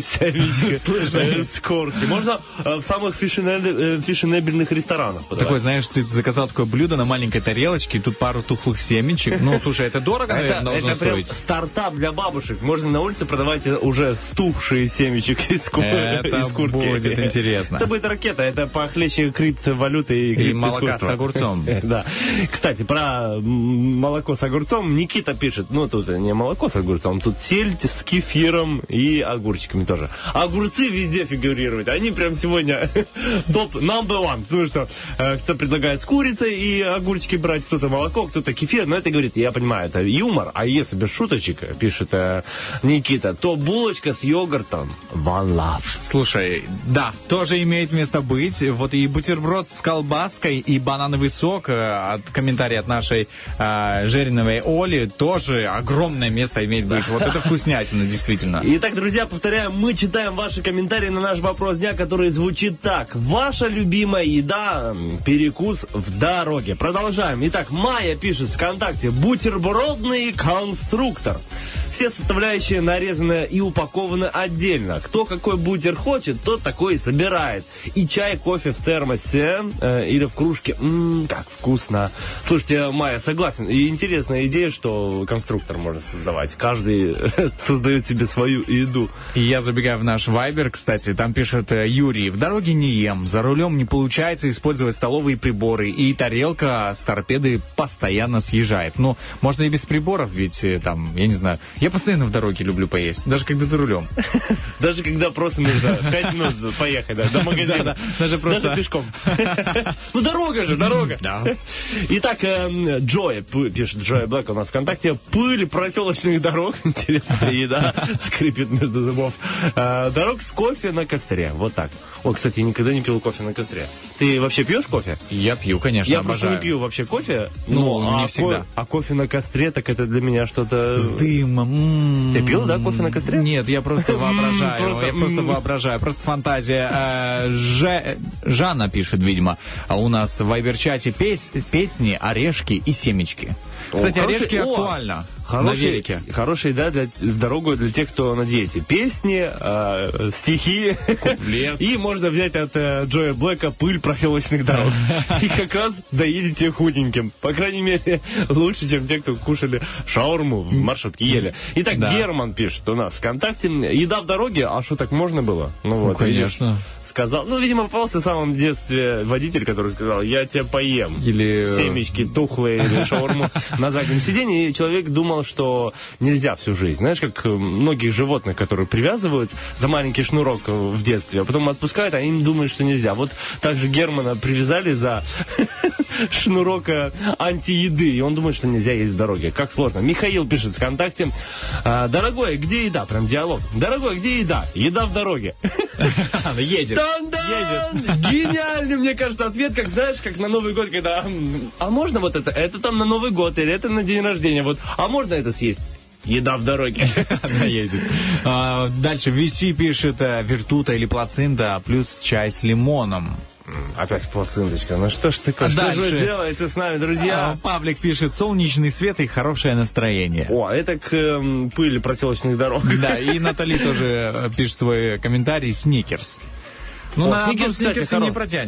семечки с корки. Можно э, в самых фешенебель- э, фешенебельных ресторанах подавать. Такой, знаешь, ты заказал такое блюдо на маленькой тарелочке, и тут пару тухлых семечек. Ну, слушай, это дорого, Это, наверное, должно это прям стоить. стартап для бабушек. Можно на улице продавать уже стухшие семечек из, ку- Это из куртки. будет интересно. Это будет ракета, это похлеще криптовалюты и И криптоискусства. молока с огурцом. Да. Кстати, про м, молоко с огурцом Никита пишет. Ну, тут не молоко с огурцом, тут сельдь с кефиром и огурчиками тоже. Огурцы везде фигурируют. Они прям сегодня топ number one. Потому что э, кто предлагает с курицей и огурчики брать, кто-то молоко, кто-то кефир. Но это, говорит, я понимаю, это юмор. А если без шуточек, пишет э, Никита, то булочка с йогуртом one love. Слушай, да, тоже имеет место быть. Вот и бутерброд с колбаской, и банановый сок э, от комментария от нашей э, Жериновой Оли тоже огромное место имеет быть. Вот это вкуснятина, действительно. Итак, друзья, повторяю, мы читаем ваши комментарии на наш вопрос дня, который звучит так. Ваша любимая еда, м, перекус в дороге. Продолжаем. Итак, Майя пишет в ВКонтакте: бутербродный конструктор. Все составляющие нарезаны и упакованы отдельно. Кто какой бутер хочет, тот такой и собирает. И чай, кофе в термосе э, или в кружке. Ммм, как вкусно. Слушайте, Майя, согласен. И интересная идея, что конструктор можно создавать. Каждый создает себе свою еду. И я забегаю в наш Вайбер, кстати, там пишет э, Юрий: в дороге не ем, за рулем не получается использовать столовые приборы, и тарелка с торпедой постоянно съезжает. Ну, можно и без приборов, ведь э, там, я не знаю, я постоянно в дороге люблю поесть, даже когда за рулем. Даже когда просто нужно пять минут поехать да, до магазина. Да, да, даже просто- Даже пешком. Ну, дорога же, дорога. Да. Итак, эм, Джой, п- пишет Джой Блэк у нас в ВКонтакте: пыль проселочных дорог. Интересная еда. Скрипит между зубов. Э, Дорог с кофе на костре. Вот так. Ой, кстати, я никогда не пил кофе на костре. Ты вообще пьешь кофе? Я пью, конечно, Я просто обожаю. не пью вообще кофе. Ну, а не всегда. ко- А кофе на костре, так это для меня что-то... С дымом. Ты пил, да, кофе на костре? Нет, я просто воображаю. просто, Я просто м. воображаю. Просто фантазия. Э, Же- Жанна пишет, видимо, а у нас в вайбер-чате пес- песни, орешки и семечки. Кстати, О, орешки хороший- о, актуально. На Хорошая, велике. хорошая еда для, в дорогу для тех, кто на диете. Песни, э, стихи. Куплет. И можно взять от э, Джоя Блэка «Пыль проселочных дорог». И как раз доедете худеньким. По крайней мере, лучше, чем те, кто кушали шаурму в маршрутке, ели. Итак, Да. Герман пишет у нас ВКонтакте: еда в дороге, а что, так можно было? Ну вот, конечно. видишь, сказал. Ну, видимо, попался в самом детстве водитель, который сказал: я тебя поем. Или... Семечки тухлые или шаурму на заднем сиденье, и человек думал, что нельзя всю жизнь. Знаешь, как многих животных, которые привязывают за маленький шнурок в детстве, а потом отпускают, а им думают, что нельзя. Вот также Германа привязали за шнурок антиеды, и он думает, что нельзя есть в дороге. Как сложно. Михаил пишет в ВКонтакте: дорогой, где еда? Прям диалог. Дорогой, где еда? Еда в дороге. Едет. Тан-дан! Гениальный, мне кажется, ответ, как, знаешь, как на Новый год, когда... А можно вот это? Это там на Новый год, или это на день рождения? Вот. А можно это съесть? Еда в дороге. Она едет. А, дальше ви си пишет: э, вертута или плацинта, плюс чай с лимоном. Опять плацинточка. Ну что ж такое? А Что дальше? же вы делаете с нами, А, друзья? Павлик пишет: солнечный свет и хорошее настроение. О, это к эм, пыли проселочных дорог. Да, и Натали тоже э, пишет свой комментарий: сникерс. Ну, О, на сникерс, одном кстати, сникерсе хоро- не протянешь.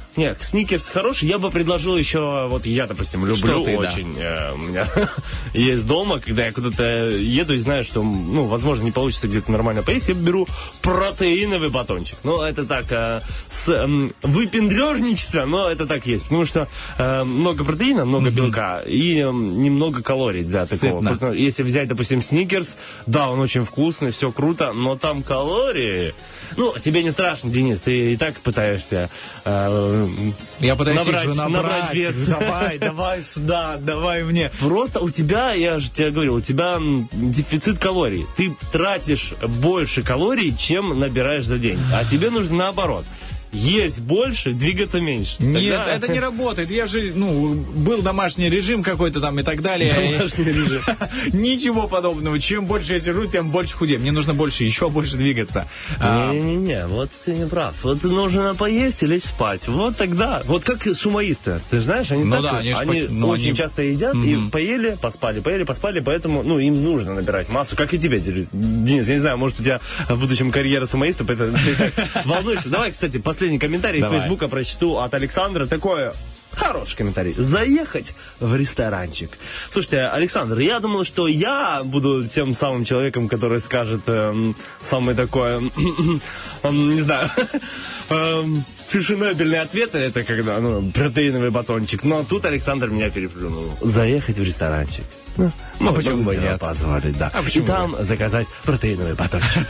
Нет, сникерс хороший. Я бы предложил еще, вот я, допустим, люблю ты, очень. Да. Э, у меня есть дома, когда я куда-то еду и знаю, что, ну, возможно, не получится где-то нормально поесть, я беру протеиновый батончик. Ну, это так, э, с э, выпендрежничества, но это так есть. Потому что э, много протеина, много белка и э, немного калорий для такого. Потому, если взять, допустим, сникерс, да, он очень вкусный, все круто, но там калории... Ну, тебе не страшно, Денис, ты и так пытаешься э, я пытаюсь набрать, набрать, набрать вес. Давай, давай сюда, давай мне. Просто у тебя, я же тебе говорил, у тебя дефицит калорий. Ты тратишь больше калорий, чем набираешь за день. А тебе нужно наоборот. Есть больше, двигаться меньше. Нет, Тогда... это не работает. Я же, ну, был домашний режим какой-то там и так далее. Домашний режим. Ничего подобного. Чем больше я сижу, тем больше худею. Мне нужно больше, еще больше двигаться. Не-не-не, вот ты не прав. Вот нужно поесть и лечь спать. Вот тогда. Вот как сумоисты. Ты знаешь, они, ну так, да, они, они, они по... очень они... часто едят mm-hmm. и поели, поспали, поели, поспали, поэтому, ну, им нужно набирать массу. Как и тебе, Денис. Я не знаю, может, у тебя в будущем карьера сумоиста, поэтому ты так волнуешься. Давай, кстати, последний комментарий из Фейсбука прочту от Александра. Такое... Хороший комментарий. Заехать в ресторанчик. Слушайте, Александр, я думал, что я буду тем самым человеком, который скажет эм, самый такой, эм, не знаю, эм, фешенебельный ответ. Это когда, ну, протеиновый батончик. Но тут Александр меня переплюнул. Заехать в ресторанчик. Ну, а почему бы нет? Позволить, да. А и там нет? Заказать протеиновый батончик.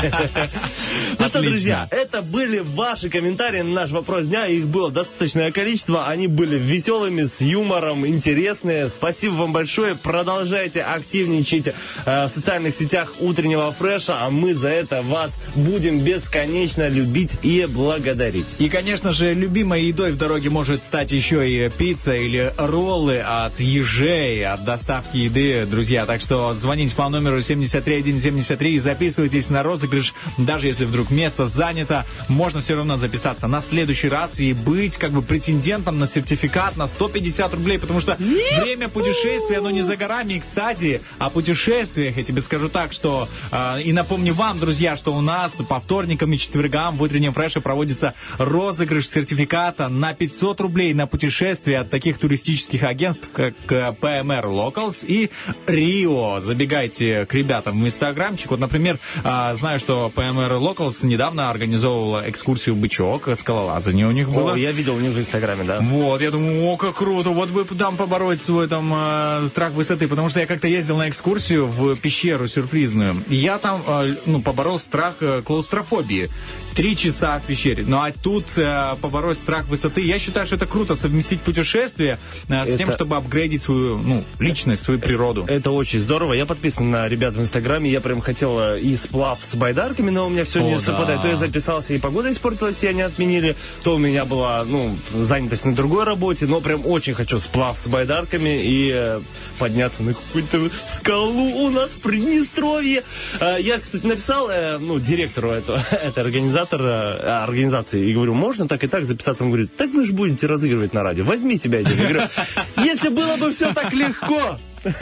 Ну что, друзья, это были ваши комментарии на наш вопрос дня. Их было достаточное количество. Они были веселыми, с юмором, интересные. Спасибо вам большое. Продолжайте активничать в социальных сетях утреннего фреша. А мы за это вас будем бесконечно любить и благодарить. И, конечно же, любимой едой в дороге может стать еще и пицца или роллы от ежей, от доставки еды, друзья. Так что звоните по номеру семьдесят три один семьдесят три и записывайтесь на розыгрыш. Даже если вдруг место занято, можно все равно записаться на следующий раз и быть как бы претендентом на сертификат на сто пятьдесят рублей, потому что время путешествия, оно не за горами. И, кстати, о путешествиях я тебе скажу так, что э, и напомню вам, друзья, что у нас по вторникам и четвергам в утреннем фреше проводится розыгрыш сертификата на пятьсот рублей на путешествие от таких туристических агентств, как пи эм ар Locals и Рио. Забегайте к ребятам в инстаграмчик. Вот, например, э, знаю, что пи эм ар Locals недавно организовывала экскурсию «Бычок», скалолазание у них было. О, я видел у них в инстаграме, да. Вот, я думаю, о, как круто, вот бы там побороть свой там э, страх высоты, потому что я как-то ездил на экскурсию в пещеру сюрпризную, и я там, э, ну, поборол страх э, клаустрофобии. Три часа в пещере. Ну, а тут э, побороть страх высоты. Я считаю, что это круто, совместить путешествие э, с это... тем, чтобы апгрейдить свою, ну, личность, свою природу. Это очень здорово. Я подписан на ребят в инстаграме. Я прям хотел и сплав с байдарками, но у меня все О, не да. совпадает. То я записался, и погода испортилась, и они отменили. То у меня была, ну, занятость на другой работе. Но прям очень хочу сплав с байдарками и э, подняться на какую-то скалу у нас в Приднестровье. Э, я, кстати, написал, э, ну, директору этого, этой организации, организации, и говорю, можно так и так записаться? Он говорит, так вы же будете разыгрывать на радио, возьми себя один. Я говорю, если было бы все так легко,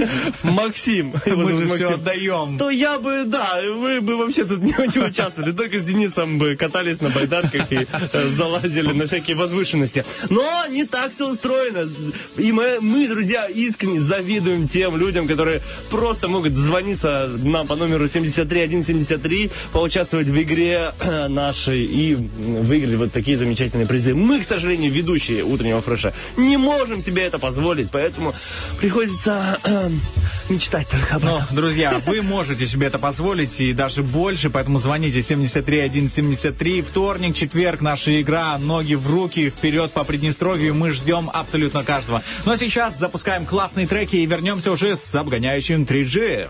Максим, мы же Максим, все отдаем, то я бы, да, вы бы вообще тут не, не участвовали, только с Денисом бы катались на байдарках и э, залазили на всякие возвышенности. Но не так все устроено. И мы, мы, друзья, искренне завидуем тем людям, которые просто могут звониться нам по номеру семьдесят три один семьдесят три, поучаствовать в игре нашей и выиграть вот такие замечательные призы. Мы, к сожалению, ведущие утреннего фреша, не можем себе это позволить, поэтому приходится мечтать только об этом. Но, друзья, вы можете себе это позволить и даже больше, поэтому звоните семьдесят три один семьдесят три. Вторник, четверг, наша игра «Ноги в руки», вперед по Приднестровью. Мы ждем абсолютно каждого. Ну а сейчас запускаем классные треки и вернемся уже с обгоняющим три джи.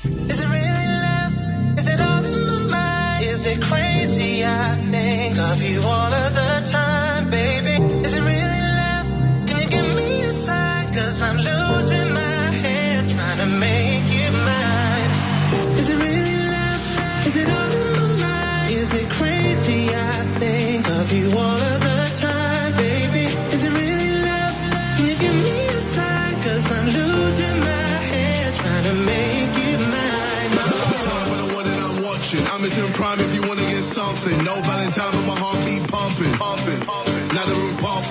Make it mine. Is it really love? Is it all in my mind? Is it crazy? I think of you all of the time, baby. Is it really love? Can you give me a sign? Cause I'm losing my head trying to make it mine. Time for the one that I'm watching. I'm in prime if you wanna get something. No Valentine, but my heart beat pumping, pumping, pumping. Now the room pumping.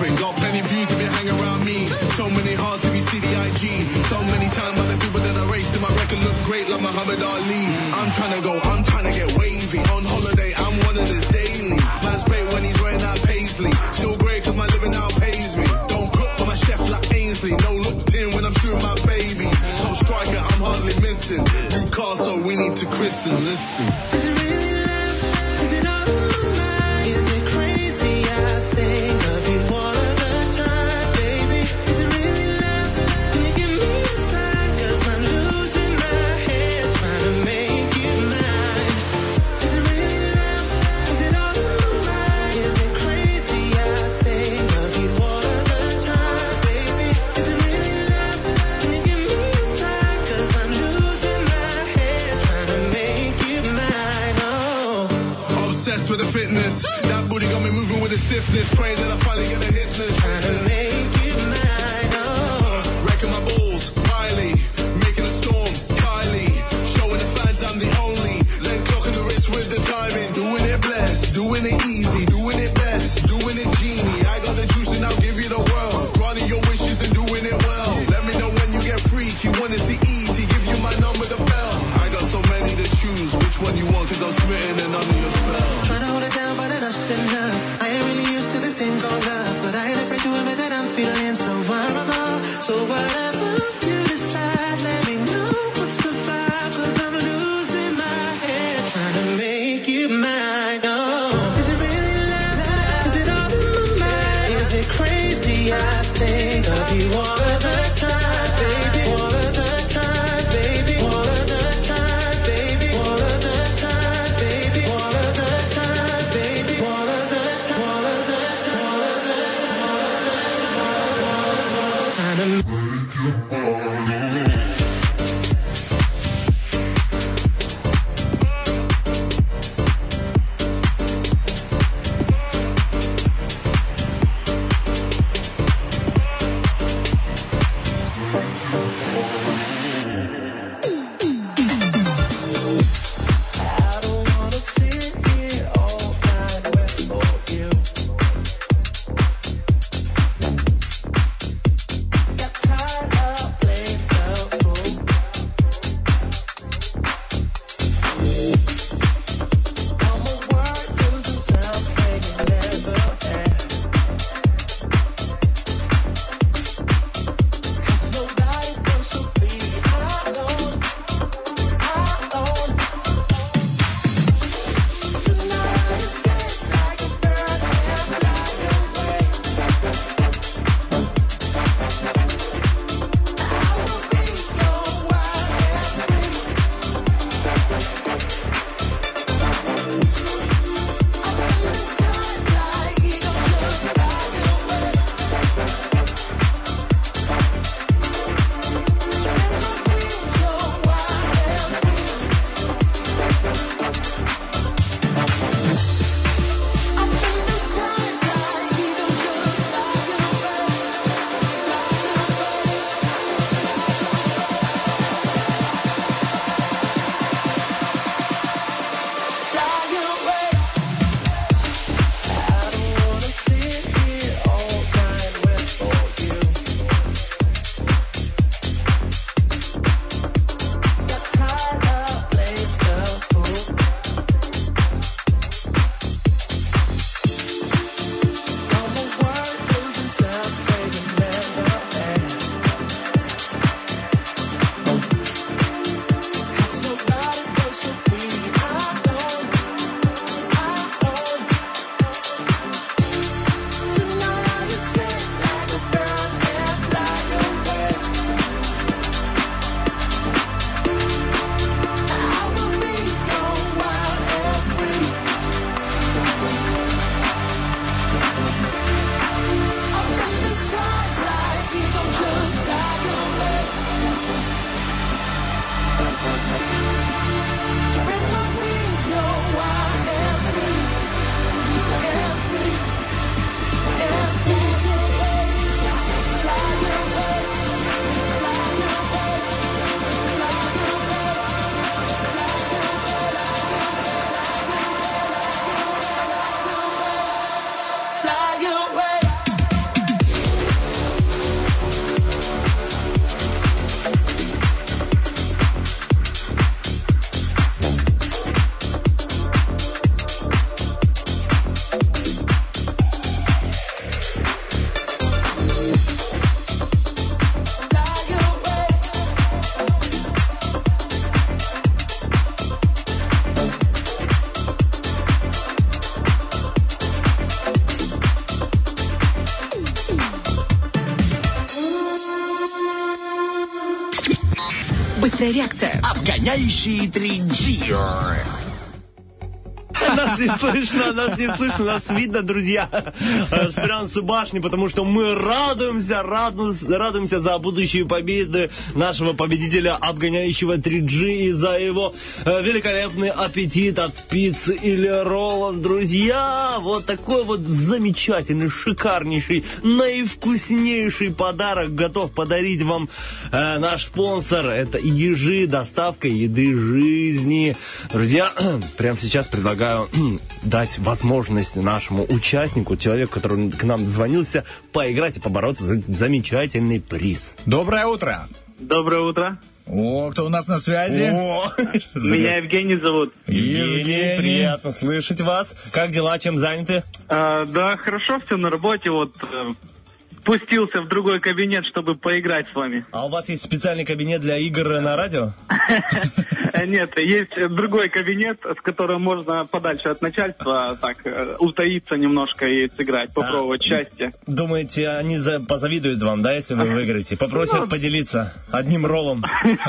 Muhammad Ali. I'm trying to go, I'm trying to get wavy. On holiday, I'm one of this daily. Man's paid when he's wearing out paisley. Still great cause my living now pays me. Don't cook for my chef like Ainsley. No looked in when I'm shooting my babies. Top striker, I'm hardly missing. Newcastle, we need to christen, listen. Is it really love? Is it all in my mind? Is it crazy? I think of you all of the time, baby. Is it really love? Can you give me a sign? Cause I'm losing my head trying to make it mine. Is it really love? Is it all in my mind? Is it crazy? I think of you all of the time, baby. Is it really love? Can you give me a sign? Cause I'm losing my head trying to make it mine. Oh. Obsessed with the fitness. That booty got me moving with the stiffness. Praying that I finally get the hitness. Trying to make it mine, oh. Wrecking my balls, Riley. Making a storm, Kylie. Showing the fans I'm the only. Then clocking the wrist with the timing. Doing it blessed, doing it easy, doing it best, doing it genie. I got the juice and I'll give you the world. Granting your wishes and doing it well. Let me know when you get freaky. Wanna see easy, give you my number, the bell. I got so many to choose. Which one you want? Cause I'm smitten and under your spell. Trying to hold it down, but enough's enough. I ain't really used to this thing called love, but I ain't afraid to admit that I'm feeling Быстрая реакция. Обгоняющие три джи. Нас не слышно, нас не слышно, нас видно, друзья, с Брянской башни, потому что мы радуемся, радуемся, радуемся за будущие победы нашего победителя, обгоняющего три джи, и за его э, великолепный аппетит от пиццы или роллов, друзья. Вот такой вот замечательный, шикарнейший, наивкуснейший подарок готов подарить вам э, наш спонсор. Это Ежи, доставка еды жизни. Друзья, прямо сейчас предлагаю дать возможность нашему участнику, человеку, который к нам звонился, поиграть и побороться за замечательный приз. Доброе утро. Доброе утро. О, кто у нас на связи? О, Меня Евгений зовут. Евгений, Евгений. приятно слышать вас. Как дела, чем заняты? А, да, хорошо, все на работе. Вот э, спустился в другой кабинет, чтобы поиграть с вами. А у вас есть специальный кабинет для игр на радио? Нет, есть другой кабинет, с которым можно подальше от начальства так э, утаиться немножко и сыграть, попробовать счастье. Думаете, они за- позавидуют вам, да, если вы выиграете? Попросят поделиться одним роллом.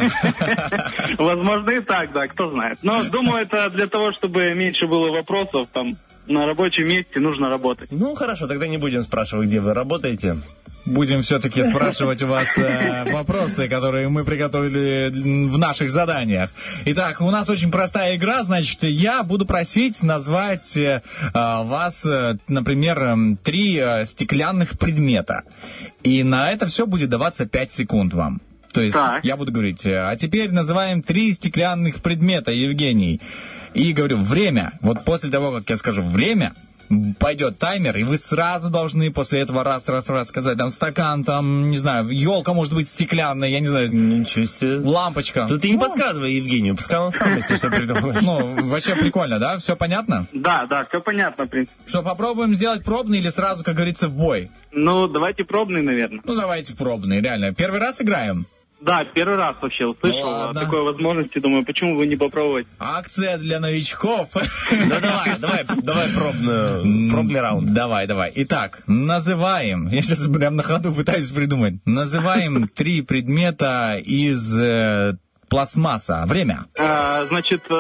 Возможно и так, да, кто знает. Но думаю, это для того, чтобы меньше было вопросов, там, на рабочем месте нужно работать. Ну, хорошо, тогда не будем спрашивать, где вы работаете. Будем все-таки спрашивать у вас э, вопросы, которые мы приготовили в наших заданиях. Итак, у нас очень простая игра, значит, я буду просить назвать э, вас, э, например, э, три э, стеклянных предмета. И на это все будет даваться пять секунд вам. То есть Так. я буду говорить, э, а теперь называем три стеклянных предмета, Евгений. И говорю, время. Вот после того, как я скажу время, пойдет таймер, и вы сразу должны после этого раз-раз-раз сказать, там, стакан, там, не знаю, елка может быть стеклянная, я не знаю, Ничего себе. лампочка. Тут ты не подсказывай Евгению, пускай он сам, если что, придумает. Ну, вообще прикольно, да? Все понятно? Да, да, все понятно, в принципе. Что, попробуем сделать пробный или сразу, как говорится, в бой? Ну, давайте пробный, наверное. Ну, давайте пробный, реально. Первый раз играем? Да, первый раз вообще услышал о Ладно. такой возможности, думаю, почему бы не попробовать. Акция для новичков. Ну, давай, давай, давай пробную, пробный раунд. Давай, давай. Итак, называем, я сейчас прям на ходу пытаюсь придумать, называем три предмета из э, пластмасса. Время. А, значит, э,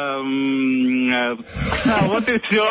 м, э, а, вот и все.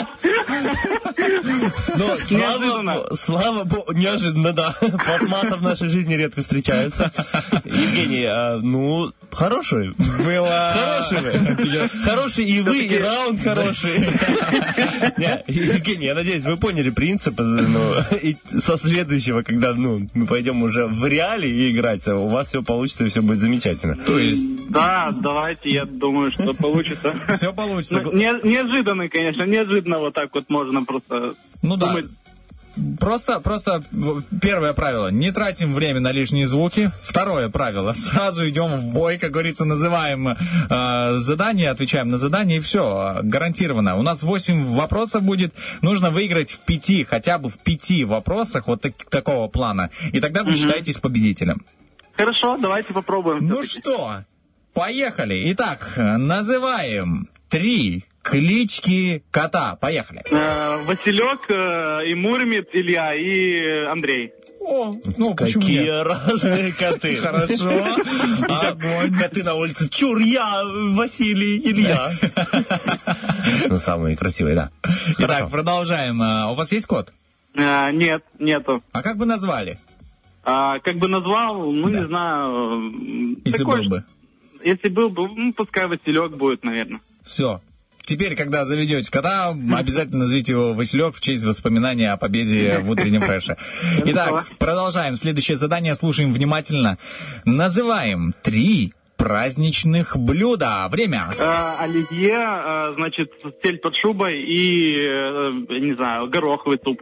Ну, Неожиданно. слава, слава богу, неожиданно, да. Пластмасса в нашей жизни редко встречается. Евгений, а, ну, хороший. Было... Хороший вы. Хороший и вы, и раунд хороший. Не, Евгений, я надеюсь, вы поняли принцип, ну, и со следующего, когда, ну, мы пойдем уже в реале играть, у вас все получится и все будет замечательно. То есть... Да, давайте, я думаю, что получится. Все получится. Ну, не- неожиданно, конечно, неожиданно вот так вот можно просто Ну да. думать. Просто, просто в- первое правило, не тратим время на лишние звуки. Второе правило, сразу идем в бой, как говорится, называем э, задание, отвечаем на задание, и все, гарантированно. У нас восемь вопросов будет, нужно выиграть в пяти, хотя бы в пяти вопросах вот так- такого плана, и тогда вы считаетесь победителем. Хорошо, давайте попробуем. Ну что, поехали. Итак, называем три клички кота. Поехали. Э, Василек, э, и Мурмит, Илья, и э, Андрей. О, ну почему Какие нет? разные коты. Хорошо. А коты на улице. Чур, я, Василий, Илья. Ну, самые красивые, да. Итак, продолжаем. А, у вас есть кот? Э, Нет, нету. А как бы назвали, А, как бы назвал, ну, Да. не знаю. э, если такой был ж- бы? Если был бы, ну, пускай Василек будет, наверное. Все. Теперь, когда заведете кота, обязательно назовите его Василек в честь воспоминания о победе в утреннем фреше. Итак, продолжаем. Следующее задание слушаем внимательно. Называем три праздничных блюда. Время. Э, Оливье, э, значит, стель под шубой и, э, я не знаю, гороховый суп.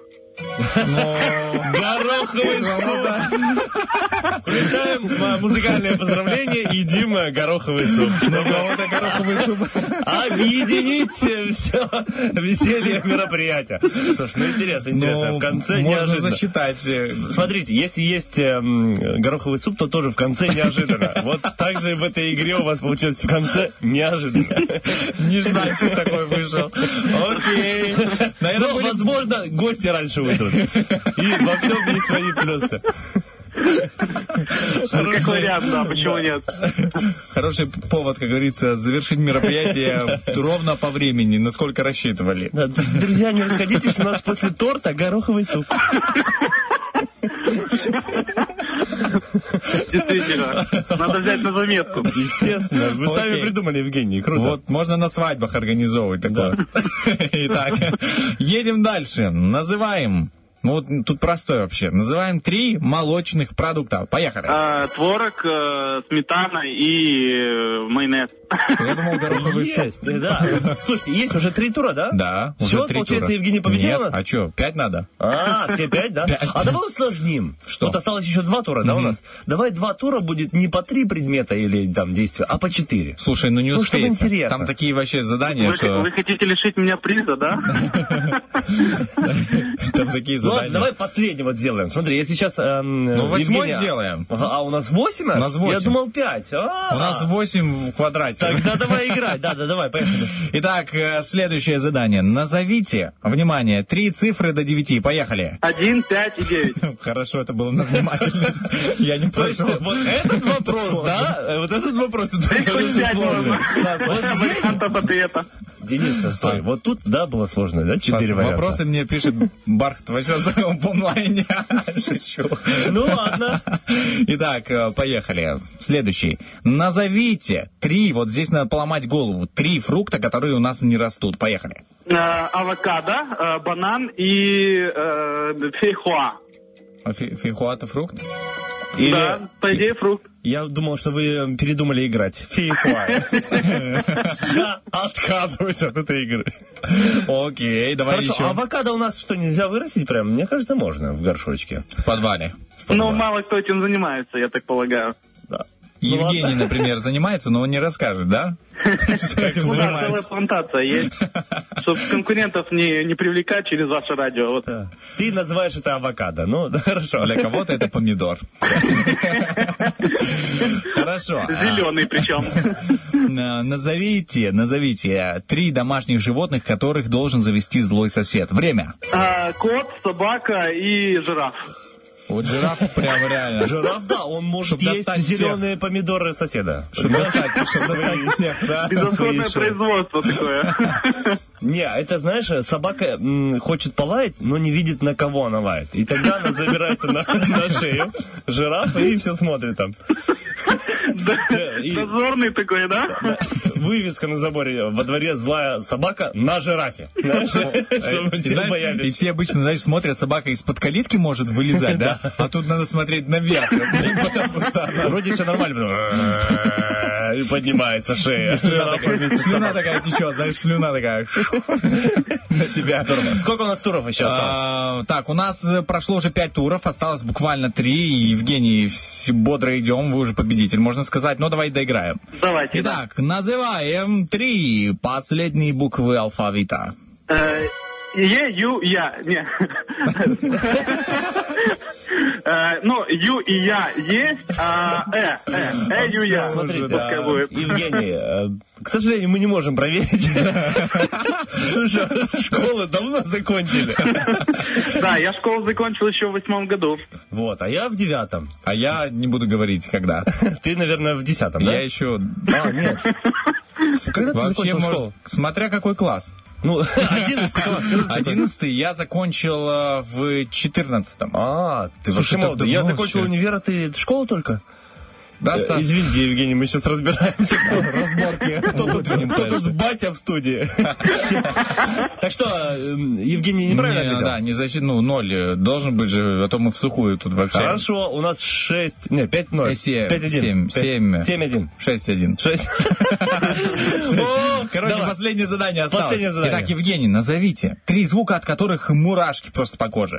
Гороховый суп. Включаем а, музыкальное поздравление и Дима гороховый суп. Вот это гороховый суп. Объединить все веселье мероприятия. Слушай, ну интересно, интересно. Ну, В конце можно неожиданно. засчитать. э, Смотрите, если есть эм, гороховый суп, то тоже в конце неожиданно. Вот так же и в этой игре у вас получилось в конце неожиданно. Не знаю, что такое вышел. Окей. Наверное, Но, будет- возможно, гости раньше выйдут. И во всем есть свои плюсы. Как вариант, да, почему нет? Хороший повод, как говорится, завершить мероприятие ровно по времени, насколько рассчитывали. Да, друзья, не расходитесь, у нас после торта гороховый суп. Действительно, надо взять на заметку. Естественно, вы Окей. сами придумали, Евгений, круто. Вот, можно на свадьбах организовывать такое. Итак, едем дальше. Называем, ну вот тут простой вообще, называем три молочных продукта. Поехали. А, творог, э, сметана и э, майонез. Я думал, гороховый суп. Есть, да. Слушайте, есть уже три тура, да? Да, уже Все, три получается, тура. Евгений победил Нет, у нас? а что, пять надо? А, все пять, да? Пять. А давай усложним. Что? Вот осталось еще два тура, да, у Мгм. нас? Давай два тура будет не по три предмета или там действия, а по четыре. Слушай, ну не Ну, чтобы успеется. интересно. Там такие вообще задания, Вы, что... вы хотите лишить меня приза, да? Там такие Ну, ладно, задания. давай последний вот сделаем. Смотри, если сейчас... эм, Ну, восьмой Евгения- сделаем. Ага, а у нас восемь? У нас восемь. Я думал пять. А, У нас восемь в квадрате. Тогда давай играть. Да, да, давай, поехали. Итак, э, следующее задание. Назовите, внимание, три цифры до девяти. Поехали. Один, пять и девять. Хорошо, это было на внимательность. Я не То есть, прошел. вот этот вопрос, да? э, Вот этот вопрос ты Хоть очень пять сложный. можно. Стас, вот здесь- Вариантов ответа. Денис, стой. Вот тут, да, было сложно, да? Четыре Стас, варианта. Вопросы мне пишет Бархт. Вы сейчас в онлайне. Шучу. Ну, ладно. Итак, э, поехали. Следующий. Назовите три, вот здесь надо поломать голову, три фрукта, которые у нас не растут. Поехали. Э, Авокадо, э, банан и э, фейхоа. А фи- Фейхоа это фрукт? Или- Да, по идее фрукт. Я думал, что вы передумали играть. Фейхуа. Я отказываюсь от этой игры. Окей, давай Хорошо, еще. авокадо у нас что, нельзя вырастить прям? Мне кажется, можно в горшочке. В подвале. Ну, мало кто этим занимается, я так полагаю. Да. Евгений, ладно. например, занимается, но он не расскажет, да? Что этим Ну да, целая занимается. плантация есть. Чтобы конкурентов не, не привлекать через ваше радио. Вот. Да. Ты называешь это авокадо. Ну, да, хорошо. Для кого-то это помидор. Хорошо. Зеленый причем. А, Назовите, назовите три домашних животных, которых должен завести злой сосед. Время. А, кот, собака и жираф. Вот жираф прям реально. Жираф, да, он может Чтоб есть достать всех. зеленые помидоры соседа. Чтобы достать, чтобы достать всех, да? Безотходное свои шеи. производство такое. Не, это, знаешь, собака м, хочет полаять, но не видит, на кого она лает. И тогда она забирается на, на шею жирафа и все смотрит там. И Дозорный такой, да? вывеска на заборе: во дворе злая собака на жирафе. Знаешь, чтобы И, все знаешь, и боялись. все обычно, знаешь, смотрят, собака из-под калитки может вылезать, да? А тут надо смотреть наверх, потому что она... Вроде все нормально, потом и поднимается шея. Слюна такая, слюна такая течет, знаешь, слюна такая на тебя. Сколько у нас туров еще осталось? А, Так, у нас э, прошло уже пять туров, осталось буквально три. И, Евгений, с- бодро идем, вы уже победитель, можно сказать. Но давай доиграем. Давайте. Итак, называем три последние буквы алфавита. Э, Е, Ю, Я. Не. Э, Ну, Ю и Я есть, а Э, Э, Э, Ю, Я. Смотрите, Пускай а, будет. Евгений, э, к сожалению, мы не можем проверить. Потому что школы давно закончили. Да, я школу закончил еще в восьмом году. Вот, а я в девятом. А я не буду говорить, когда. Ты, наверное, в десятом, да? Я еще... А, нет. Когда ты Вообще, закончил может, школу? смотря какой класс. Ну, одиннадцатый класс. когда ты закончил? Одиннадцатый я закончил э, в четырнадцатом. А, ты Слушай, вообще так молодой. Я давно закончил вообще. универ, а ты школу только? Да, Э, Стас? Извините, Евгений, мы сейчас разбираемся. Кто Разборки. Кто тут, кто тут батя в студии? Так что, э, Евгений неправильно Не, ответил? да, не защит, ну, ноль э, должен быть же, а то мы в сухую тут вообще. Хорошо, у нас шесть, не, пять ноль. Э, семь, пять один. семь, семь. семь один. шесть один. шесть. Короче, Давай. последнее задание осталось. Последнее задание. Итак, Евгений, назовите три звука, от которых мурашки просто по коже.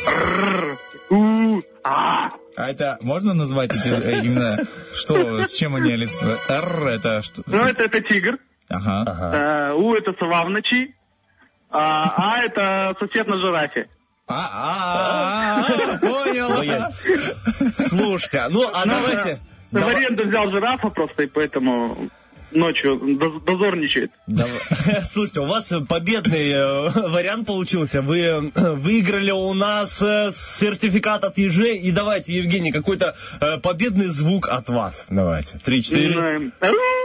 У, а. А это можно назвать эти, э, именно, что, с чем они олицетворяют? Р, это что? Ну, это, это тигр. Ага. Э, У это сова в ночи. А, а это сосед на жирафе. А, а, а, понял. Слушайте, ну, а давайте... В аренду взял жирафа просто, и поэтому... ночью доз- дозорничает. Слушайте, у вас победный э, вариант получился. Вы э, выиграли у нас э, сертификат от ежей. И давайте, Евгений, какой-то э, победный звук от вас. Давайте. Три-четыре.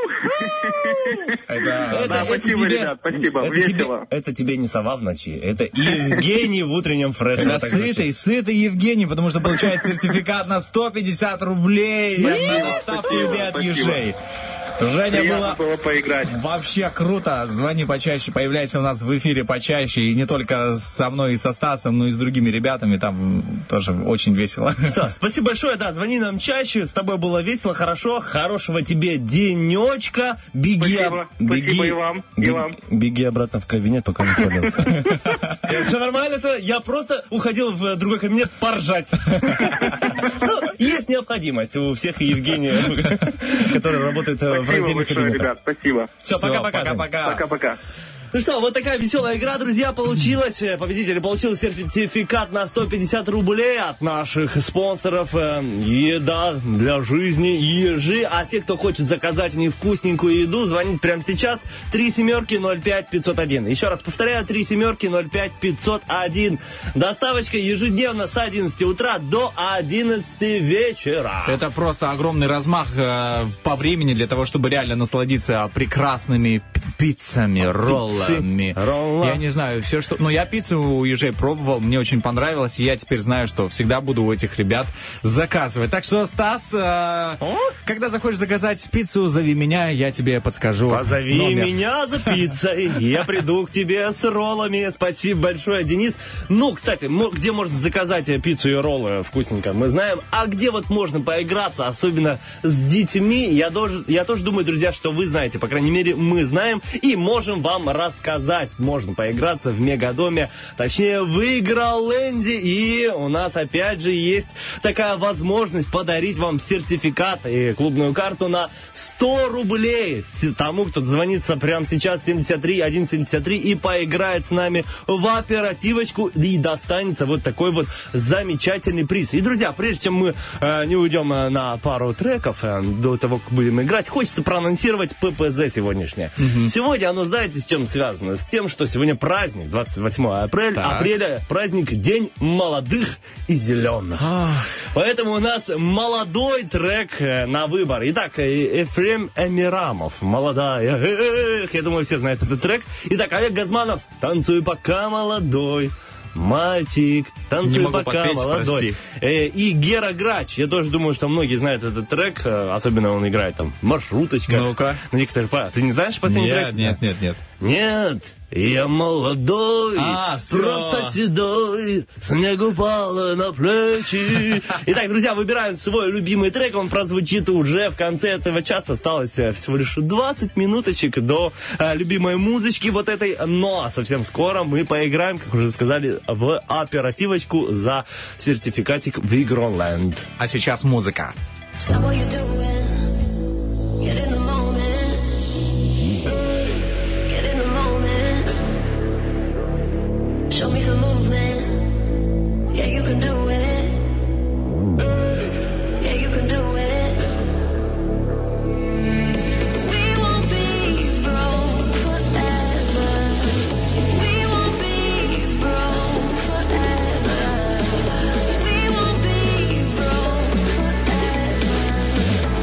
Это, Да, спасибо, ребят, спасибо, это весело. тебе, это тебе не сова в ночи, это Евгений в утреннем фреше. Это сытый, сытый Евгений, потому что получает сертификат на сто пятьдесят рублей на доставку еды от ежей. Женя, Приятно было, было поиграть. Вообще круто. Звони почаще, появляйся у нас в эфире почаще. И не только со мной и со Стасом, но и с другими ребятами. Там тоже очень весело. Стас, спасибо большое. Да, звони нам чаще. С тобой было весело, хорошо. Хорошего тебе денечка. Беги. Спасибо. Беги, Спасибо и вам. И беги, вам. беги обратно в кабинет, пока не спалился. Все нормально, все. Я просто уходил в другой кабинет поржать. Ну, есть необходимость у всех и Евгения, который работает в Спасибо раздельных большое, кабинетах. ребят, спасибо. Все, пока-пока. Пока-пока. Пока-пока. Ну что, вот такая веселая игра, друзья, получилась. Победитель получил сертификат на сто пятьдесят рублей от наших спонсоров. Э, еда для жизни, ежи. А те, кто хочет заказать у них вкусненькую еду, звонить прямо сейчас. Три семерки ноль пять пятьсот один. Еще раз повторяю, три семерки ноль пять пятьсот один. Доставочка ежедневно с одиннадцати утра до одиннадцати вечера. Это просто огромный размах э, по времени для того, чтобы реально насладиться прекрасными пиццами, роллами. Ролла. Я не знаю, все что... Но я пиццу у ежей пробовал, мне очень понравилось, и я теперь знаю, что всегда буду у этих ребят заказывать. Так что, Стас, э, когда захочешь заказать пиццу, зови меня, я тебе подскажу. Позови номер. меня за пиццей, я приду к тебе с роллами. Спасибо большое, Денис. Ну, кстати, мо- где можно заказать пиццу и роллы вкусненько, мы знаем. А где вот можно поиграться, особенно с детьми, я тоже, я тоже думаю, друзья, что вы знаете. По крайней мере, мы знаем и можем вам рассказать. Можно поиграться в Мегадоме, точнее, в Игроленде. И у нас опять же есть такая возможность подарить вам сертификат и клубную карту на сто рублей тому, кто звонится прямо сейчас семьдесят три сто семьдесят три и поиграет с нами в оперативочку, и достанется вот такой вот замечательный приз. И, друзья, прежде чем мы э, не уйдем э, на пару треков, э, до того, как будем играть, хочется проанонсировать ППЗ сегодняшнее. Mm-hmm. Сегодня оно, знаете, с чем связано? С тем, что сегодня праздник, двадцать восьмое апреля, так. апреля, праздник День молодых и зеленых. Ah. Поэтому у нас молодой трек э, на выбор. Итак, э, Ефрем Эмирамов, молодая. Эх, я думаю, все знают этот трек. Итак, Олег Газманов, танцуй пока молодой. Мальчик, танцуй пока попеть, молодой. Э, и Гера Грач. Я тоже думаю, что многие знают этот трек. Особенно он играет там в маршруточках. Ну-ка. На некоторых... Ты не знаешь последний нет, трек? Нет, нет, нет. Нет, я молодой, а, просто седой, снег упало на плечи. Итак, друзья, выбираем свой любимый трек. Он прозвучит уже в конце этого часа. Осталось всего лишь двадцать минуточек до а, любимой музычки вот этой. Но совсем скоро мы поиграем, как уже сказали, в оперативочку за сертификатик в Игроленд. А сейчас музыка. Show me some movement. Yeah, you can do it. Yeah, you can do it. We won't be broke forever. We won't be broke forever. We won't be broke forever.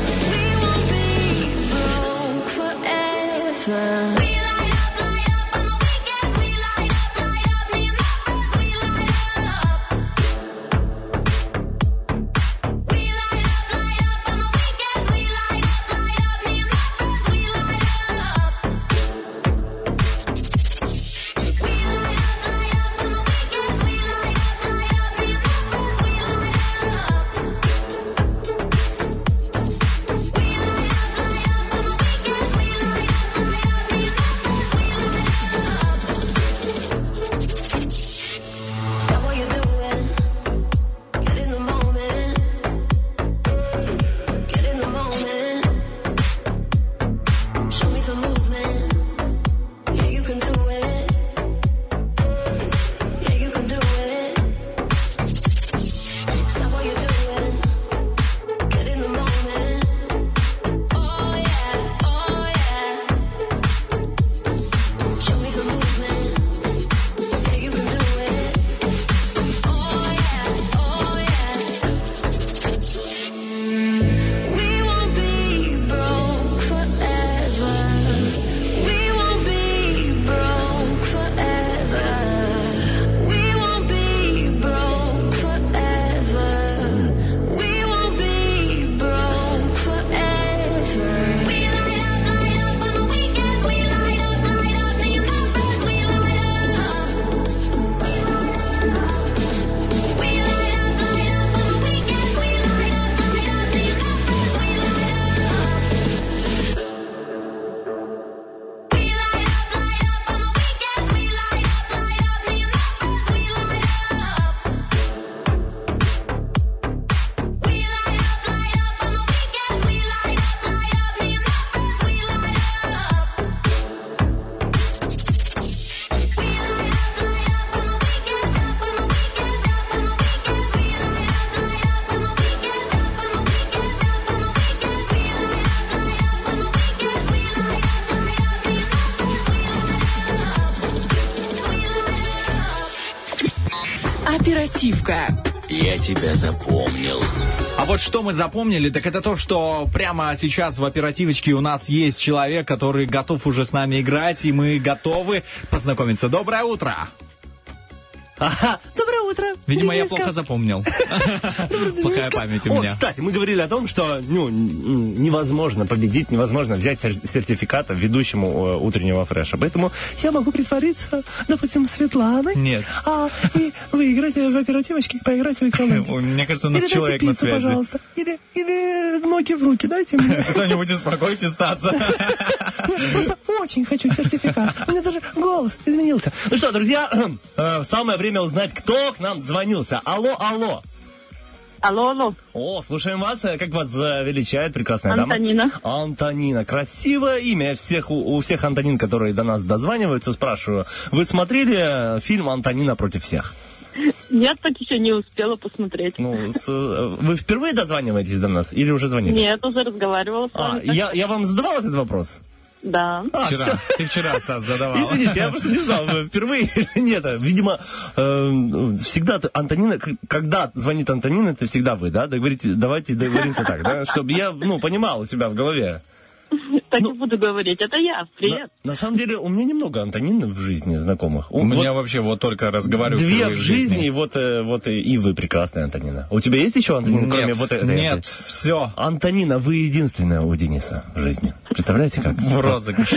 Оперативка. Я тебя запомнил. А вот что мы запомнили, так это то, что прямо сейчас в оперативочке у нас есть человек, который готов уже с нами играть, и мы готовы познакомиться. Доброе утро! Ага, доброе утро. Видимо, Дениска. я плохо запомнил. Плохая память у О, меня. кстати, мы говорили о том, что ну, н- невозможно победить, невозможно взять сер- сертификат ведущему э, утреннего фреша. Поэтому я могу притвориться, допустим, Светланой. Нет. А, и выиграть в оперативочке, поиграть в экранете. Мне кажется, у нас Или человек дайте на пиццу, связи. пожалуйста. Или, или ноги в руки дайте мне. Кто-нибудь успокойте, Стаса. Я просто очень хочу сертификат. У меня даже голос изменился. Ну что, друзья, э, самое время узнать, кто к нам звонился. Алло, алло. Алло, алло. О, слушаем вас. Как вас э, величает прекрасная Антонина. дама? Антонина. Красивое имя. Я всех, у, у всех Антонин, которые до нас дозваниваются, спрашиваю. Вы смотрели фильм «Антонина против всех»? Нет, так еще не успела посмотреть. Ну, с, э, вы впервые дозваниваетесь до нас или уже звонили? Нет, уже разговаривала с А, вами. я, я вам задавал этот вопрос? Да. А, Вчера. всё. Ты вчера, Стас, задавал. Извините, я просто не знал, вы впервые или нет. Видимо, э, всегда ты- Антонина, к- когда звонит Антонина, это всегда вы, да? Договорите, давайте договоримся так, да? Чтобы я, ну, понимал у себя в голове. Так и буду говорить. Это я. Привет. На, на самом деле, у меня немного Антонин в жизни знакомых. У меня вообще вот только разговариваю Две впервые в жизни, и вот, э, вот и, и вы прекрасная, Антонина. У тебя есть еще Антонина, Нет, кроме вот этой? нет, все. Антонина, вы единственная у Дениса в жизни. Представляете, как? В розыгрыше.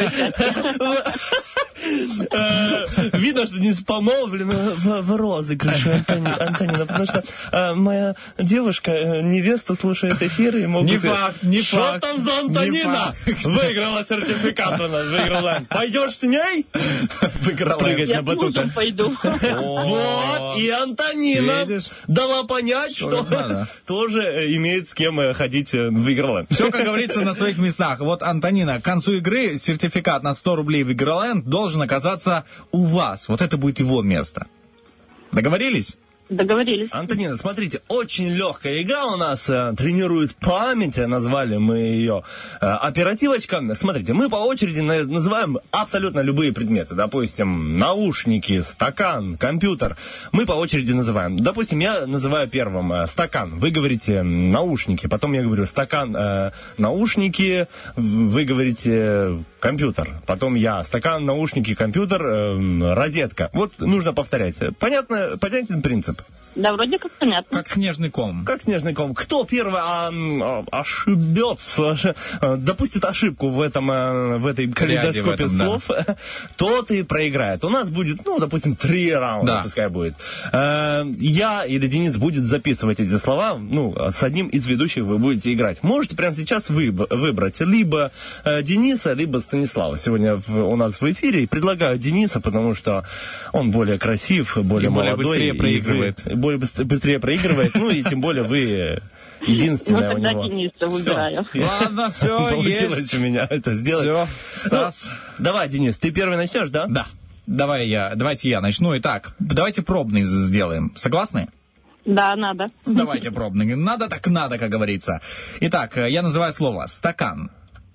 Э, Видно, что Денис помолвлен в, в розыгрыше, Антони- Антонина, потому что э, моя девушка, э, невеста, слушает эфиры и могут Не сказать, факт, не что факт, там за не Антонина? факт. Выиграла сертификат у нас, выиграла. Пойдешь с ней? Выиграла. Прыгать Я на с батутах. мужем пойду. Вот, и Антонина Видишь? дала понять, что надо. тоже э, имеет с кем э, ходить э, в Игроленд. Все, как говорится, на своих местах. Вот, Антонина, к концу игры сертификат на сто рублей в Игроленд должен оказаться у вас. Вот это будет его место. Договорились? Договорились. Антонина, смотрите, очень легкая игра у нас, э, тренирует память, э, назвали мы ее э, оперативочка. Смотрите, мы по очереди на- называем абсолютно любые предметы. Допустим, наушники, стакан, компьютер. Мы по очереди называем. Допустим, я называю первым э, стакан. Вы говорите наушники. Потом я говорю стакан, э, наушники. В- Вы говорите компьютер. Потом я стакан, наушники, компьютер, э, розетка. Вот нужно повторять. Понятно, понятен принцип? Да, вроде как понятно. Как снежный ком. Как снежный ком. Кто первый а, а, ошибется, а, допустит ошибку в этом, а, в этой калейдоскопе в этом, да. слов, тот и проиграет. У нас будет, ну, допустим, три раунда, Да. пускай будет. А, я или Денис будет записывать эти слова, ну, с одним из ведущих вы будете играть. Можете прямо сейчас выб- выбрать либо э, Дениса, либо Станислава. Сегодня в- у нас в эфире. И предлагаю Дениса, потому что он более красив, более И более молодой. быстрее и вы- проигрывает. более быстр- быстрее проигрывает, ну и тем более вы Ну, единственная у тогда него. Дениса выбираю. Всё. Ладно, все, Получилось есть. у меня это сделать. Все, Стас. Ну, давай, Денис, ты первый начнешь, да? Да. Давай я, давайте я начну. Итак, давайте пробный сделаем. Согласны? Да, надо. Давайте пробный. Надо так надо, как говорится. Итак, я называю слово стакан.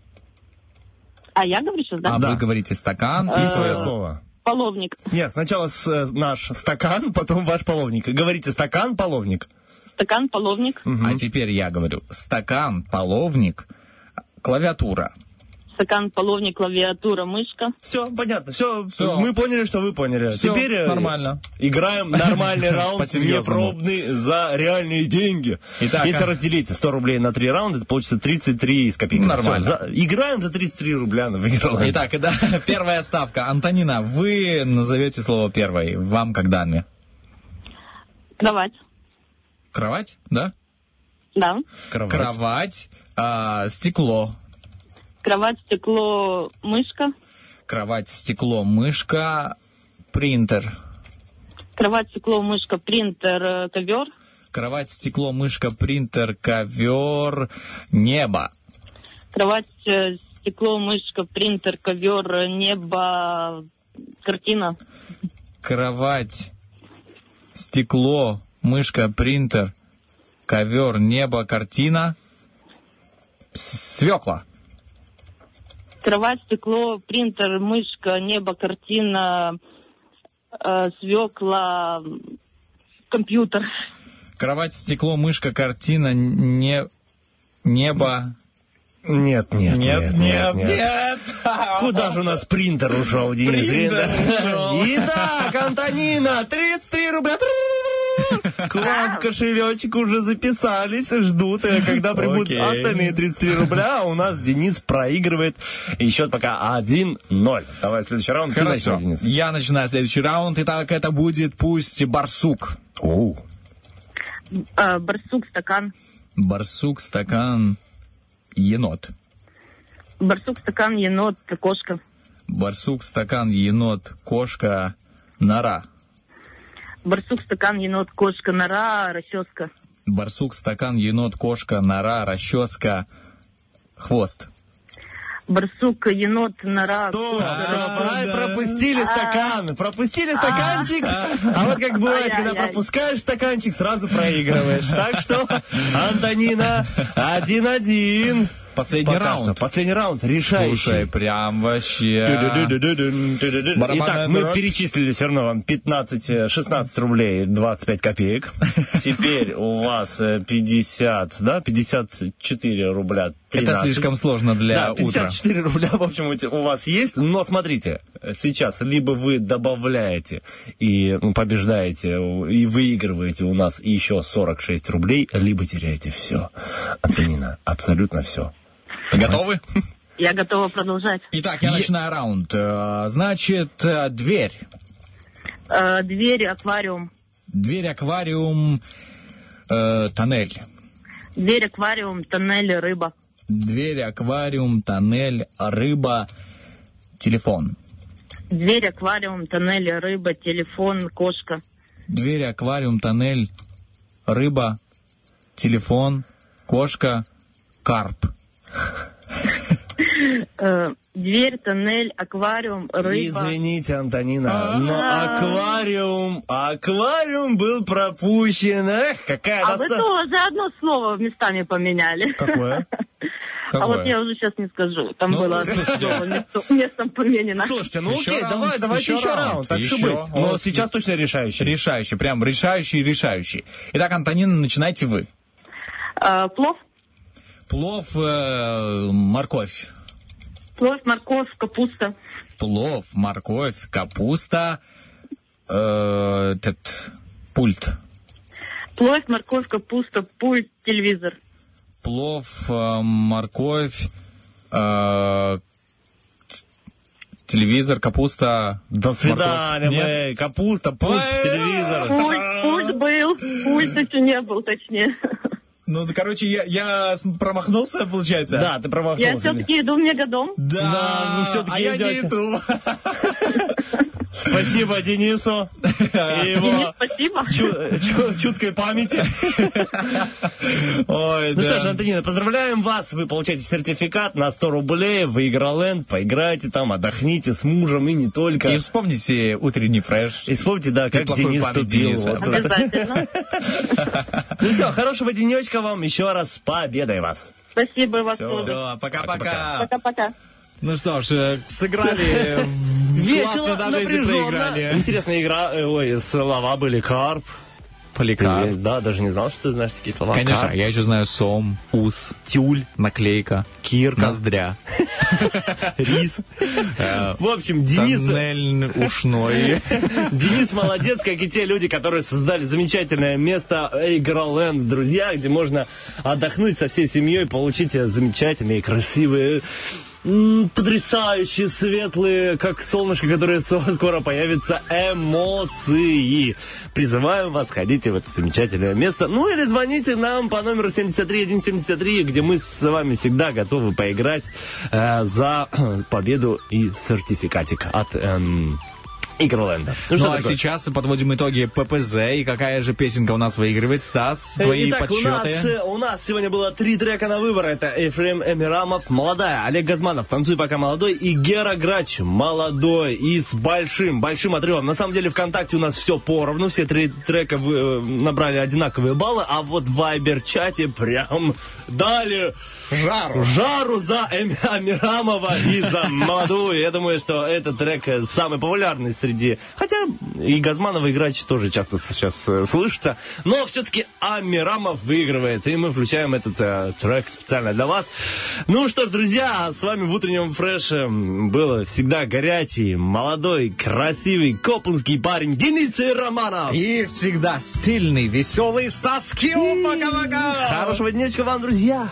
А я говорю сейчас, да? А вы говорите стакан и И свое свое слово. слово. Половник. Нет, сначала с- э, наш стакан, потом ваш половник. Говорите стакан, половник. Стакан, половник. А теперь я говорю стакан, половник, клавиатура. Стакан, половник, клавиатура, мышка. Все, понятно, все, Всё. мы поняли, что вы поняли. Всё, Теперь э, нормально. играем нормальный раунд, По-серьёзному. непробный, за реальные деньги. Итак, Если а- разделить сто рублей на три раунда, это получится тридцать три с копейками. Нормально. Всё, за- играем за тридцать три рубля на выиграл. Итак, да, первая ставка. Антонина, вы назовете слово первой. Вам как даме? Кровать. Кровать, да? Да. Кровать. Кровать, а, стекло. Кровать, стекло, мышка. Кровать, стекло, мышка, принтер. Кровать, стекло, мышка, принтер, э, ковер. Кровать, стекло, мышка, принтер, ковер, небо. Кровать, э, стекло, мышка, принтер, ковер, э, небо, картина. Кровать, стекло, мышка, принтер, ковер, небо, картина, с- свекла. Кровать, стекло, принтер, мышка, небо, картина, э, свекла, компьютер. Кровать, стекло, мышка, картина, не... небо... Нет, нет, Нет, нет, нет. Куда же у нас принтер ушел, Денис? Принтер ушел. Итак, Антонина, тридцать три рубля. К вам в кошелечек уже записались, ждут, э, когда прибудут Окей. остальные тридцать три рубля. А у нас Денис проигрывает. И счет пока один ноль. Давай следующий раунд. Ты Хорошо, начинай, Денис. я начинаю следующий раунд. Итак, это будет пусть барсук. Оу. Э, барсук, стакан. Барсук, стакан, енот. Барсук, стакан, енот, кошка. Барсук, стакан, енот, кошка, нора. Барсук, стакан, енот, кошка, нора, расческа. Барсук, стакан, енот, кошка, нора, расческа, хвост. Барсук, енот, нора, Стоп, кошка. стоп, ай, да. пропустили А. стакан, пропустили стаканчик, а вот как бывает, когда Ай-яй-яй. пропускаешь стаканчик, сразу проигрываешь. Так что, Антонина, один-один. Последний Пока раунд. что. Последний раунд, решающий. Слушай, прям вообще... Барабанная Итак, мы дробь. перечислили все равно вам пятнадцать, шестнадцать рублей двадцать пять копеек. Теперь у вас э, пятьдесят, да, пятьдесят четыре рубля тринадцать. Это слишком сложно для Да, утра. пятьдесят четыре рубля, в общем, у вас есть. Но смотрите, сейчас либо вы добавляете и ну, побеждаете, и выигрываете у нас еще сорок шесть рублей, либо теряете все. Антонина, абсолютно все. Готовы? Я готова продолжать. Итак, я начинаю раунд. Э, Значит, э, дверь. Э, дверь, аквариум. Дверь, аквариум, э, тоннель. Дверь, аквариум, тоннель, рыба. Дверь, аквариум, тоннель, рыба, телефон. Дверь, аквариум, тоннель, рыба, телефон, кошка. Дверь, аквариум, тоннель, рыба, телефон, кошка, карп. Э, дверь, тоннель, аквариум, рыба. Извините, Антонина, но аквариум, аквариум был пропущен. Эх, какая А вы роса- тоже одно слово местами поменяли. Какое? А вот я уже сейчас не скажу. Там Ну, было одно слушайте. слово место- местом поменено. Слушайте, ну Еще окей, раунд, давай, давайте еще еще раунд, раунд, так что еще. быть. Но Вот. сейчас точно решающий. Решающий, прям решающий, решающий. Итак, Антонина, начинайте вы. Э, плов, Плов, э, морковь. плов, морковь, капуста. Плов, морковь, капуста, э, этот, пульт. Плов, морковь, капуста, пульт, телевизор. Плов, э, морковь, э, телевизор, капуста. До свидания, морковь. Нет? мы. Капуста, пульт, Ой, телевизор. Пульт, пульт был, пульт еще не был, точнее. Ну, короче, я, я с- промахнулся, получается? Да, ты Я промахнулся. все-таки иду в мегадом. Да, Да, вы всё-таки а я не идёте. иду. Спасибо Денису и его Денис, спасибо. чу- чу- чуткой памяти. Ой, Ну да. что ж, Антонина, поздравляем вас. Вы получаете сертификат на сто рублей в Игроленд. Поиграйте там, отдохните с мужем и не только. И вспомните утренний фреш. И вспомните, да, как плохую Денис память тупил. Дениса. Вот. Обязательно. Ну все, хорошего денечка вам. Еще раз с победой вас. Спасибо вас тоже. Все, пока-пока. Пока-пока. Ну что ж, э, сыграли Весело, классно, даже если напряженно. проиграли. Интересная игра. Э, Ой, слова были. Карп. Поликарп. Ты, да, даже не знал, что ты знаешь такие слова. Конечно, Карп, я еще знаю сом, ус, тюль, наклейка, кирка, ноздря, рис. В общем, Денис... тоннель ушной. Денис молодец, как и те люди, которые создали замечательное место Игроленд, друзья, где можно отдохнуть со всей семьей, получить замечательные, красивые, м, потрясающие, светлые, как солнышко, которое со- скоро появится, эмоции. Призываем вас, ходите в это замечательное место. Ну или звоните нам по номеру семьдесят три сто семьдесят три, где мы с вами всегда готовы поиграть э, за победу и сертификатик от... эм, Игроленда. Ну, что а такое? сейчас подводим итоги ППЗ. И какая же песенка у нас выигрывает? Стас, твои Итак, у нас, подсчеты. э, у нас сегодня было три трека на выбор. Это Ефрем Эмирамов «Молодая», Олег Газманов «Танцуй пока молодой» и Гера Грач «Молодой». И с большим, большим отрывом. На самом деле ВКонтакте у нас все поровну. Все три трека вы, э, набрали одинаковые баллы. А вот в Вайбер-чате прям дали Жару. жару за Эми- Амирамова и за «Молодую». Я думаю, что этот трек э, самый популярный среди... Хотя и Газманова играч тоже часто сейчас э, слышится. Но все-таки Амирамов выигрывает. И мы включаем этот э, трек специально для вас. Ну что ж, друзья, с вами в утреннем фреше был всегда горячий, молодой, красивый, коплинский парень Денис Романов. И всегда стильный, веселый Стас Кио. Хорошего днечка вам, друзья.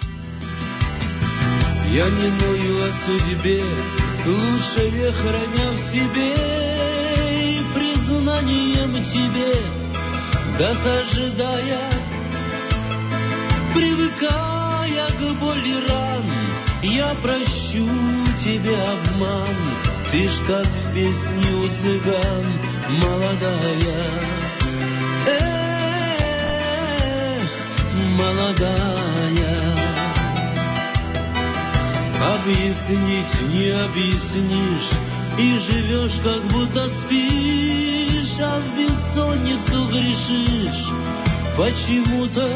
Я не ною о судьбе, лучше я храня в себе, и признанием тебе, досаждая, привыкая к боли ран, я прощу тебе обман. Ты ж как в песне у цыган, молодая. Эх, молодая. Объяснить не объяснишь, и живешь, как будто спишь, а в бессонницу грешишь почему-то.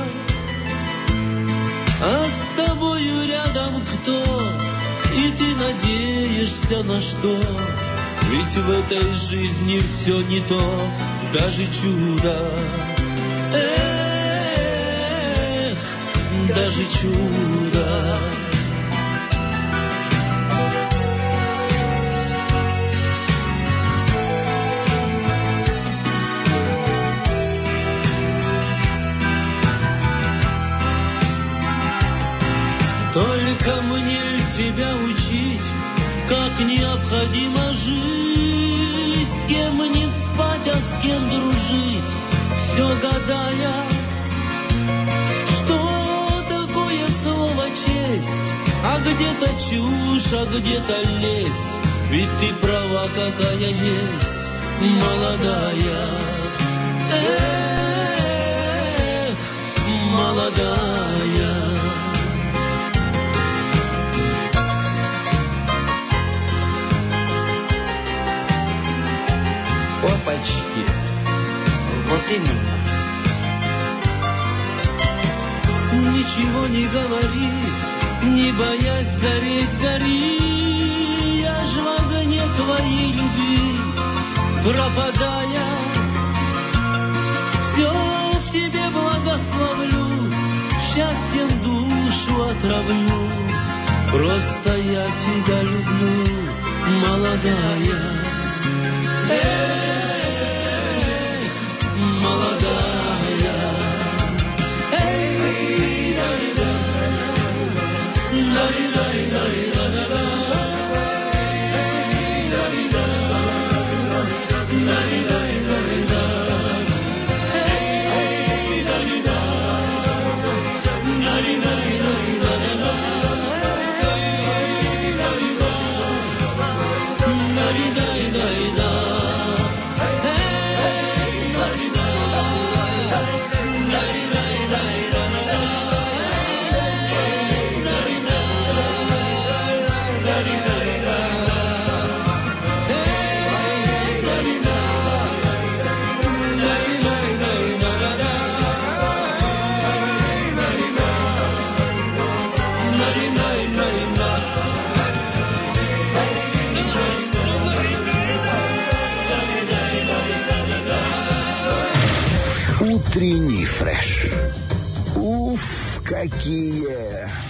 А с тобою рядом кто, и ты надеешься на что? Ведь в этой жизни все не то, даже чудо. Эх, даже чудо. Только мне тебя учить, как необходимо жить, с кем не спать, а с кем дружить, все гадая, что такое слово честь, а где-то чушь, а где-то лесть, ведь ты права, какая есть, молодая. Эх, молодая. Опачки. Вот именно. Ничего не говори, не боясь гореть, гори. Я ж в огне твоей любви, пропадая, все в тебе благословлю, счастьем душу отравлю. Просто я тебя люблю, молодая. Эх, молодая. Эй, дай-да, дай-дай-дай-да-да-да. Эй, дай-да, дай-дай-дай-да. Эй, дай-да, дай-дай-дай-да-да. Эй, дай-да, дай-дай-дай-да. Утренний фреш. Уф, какие...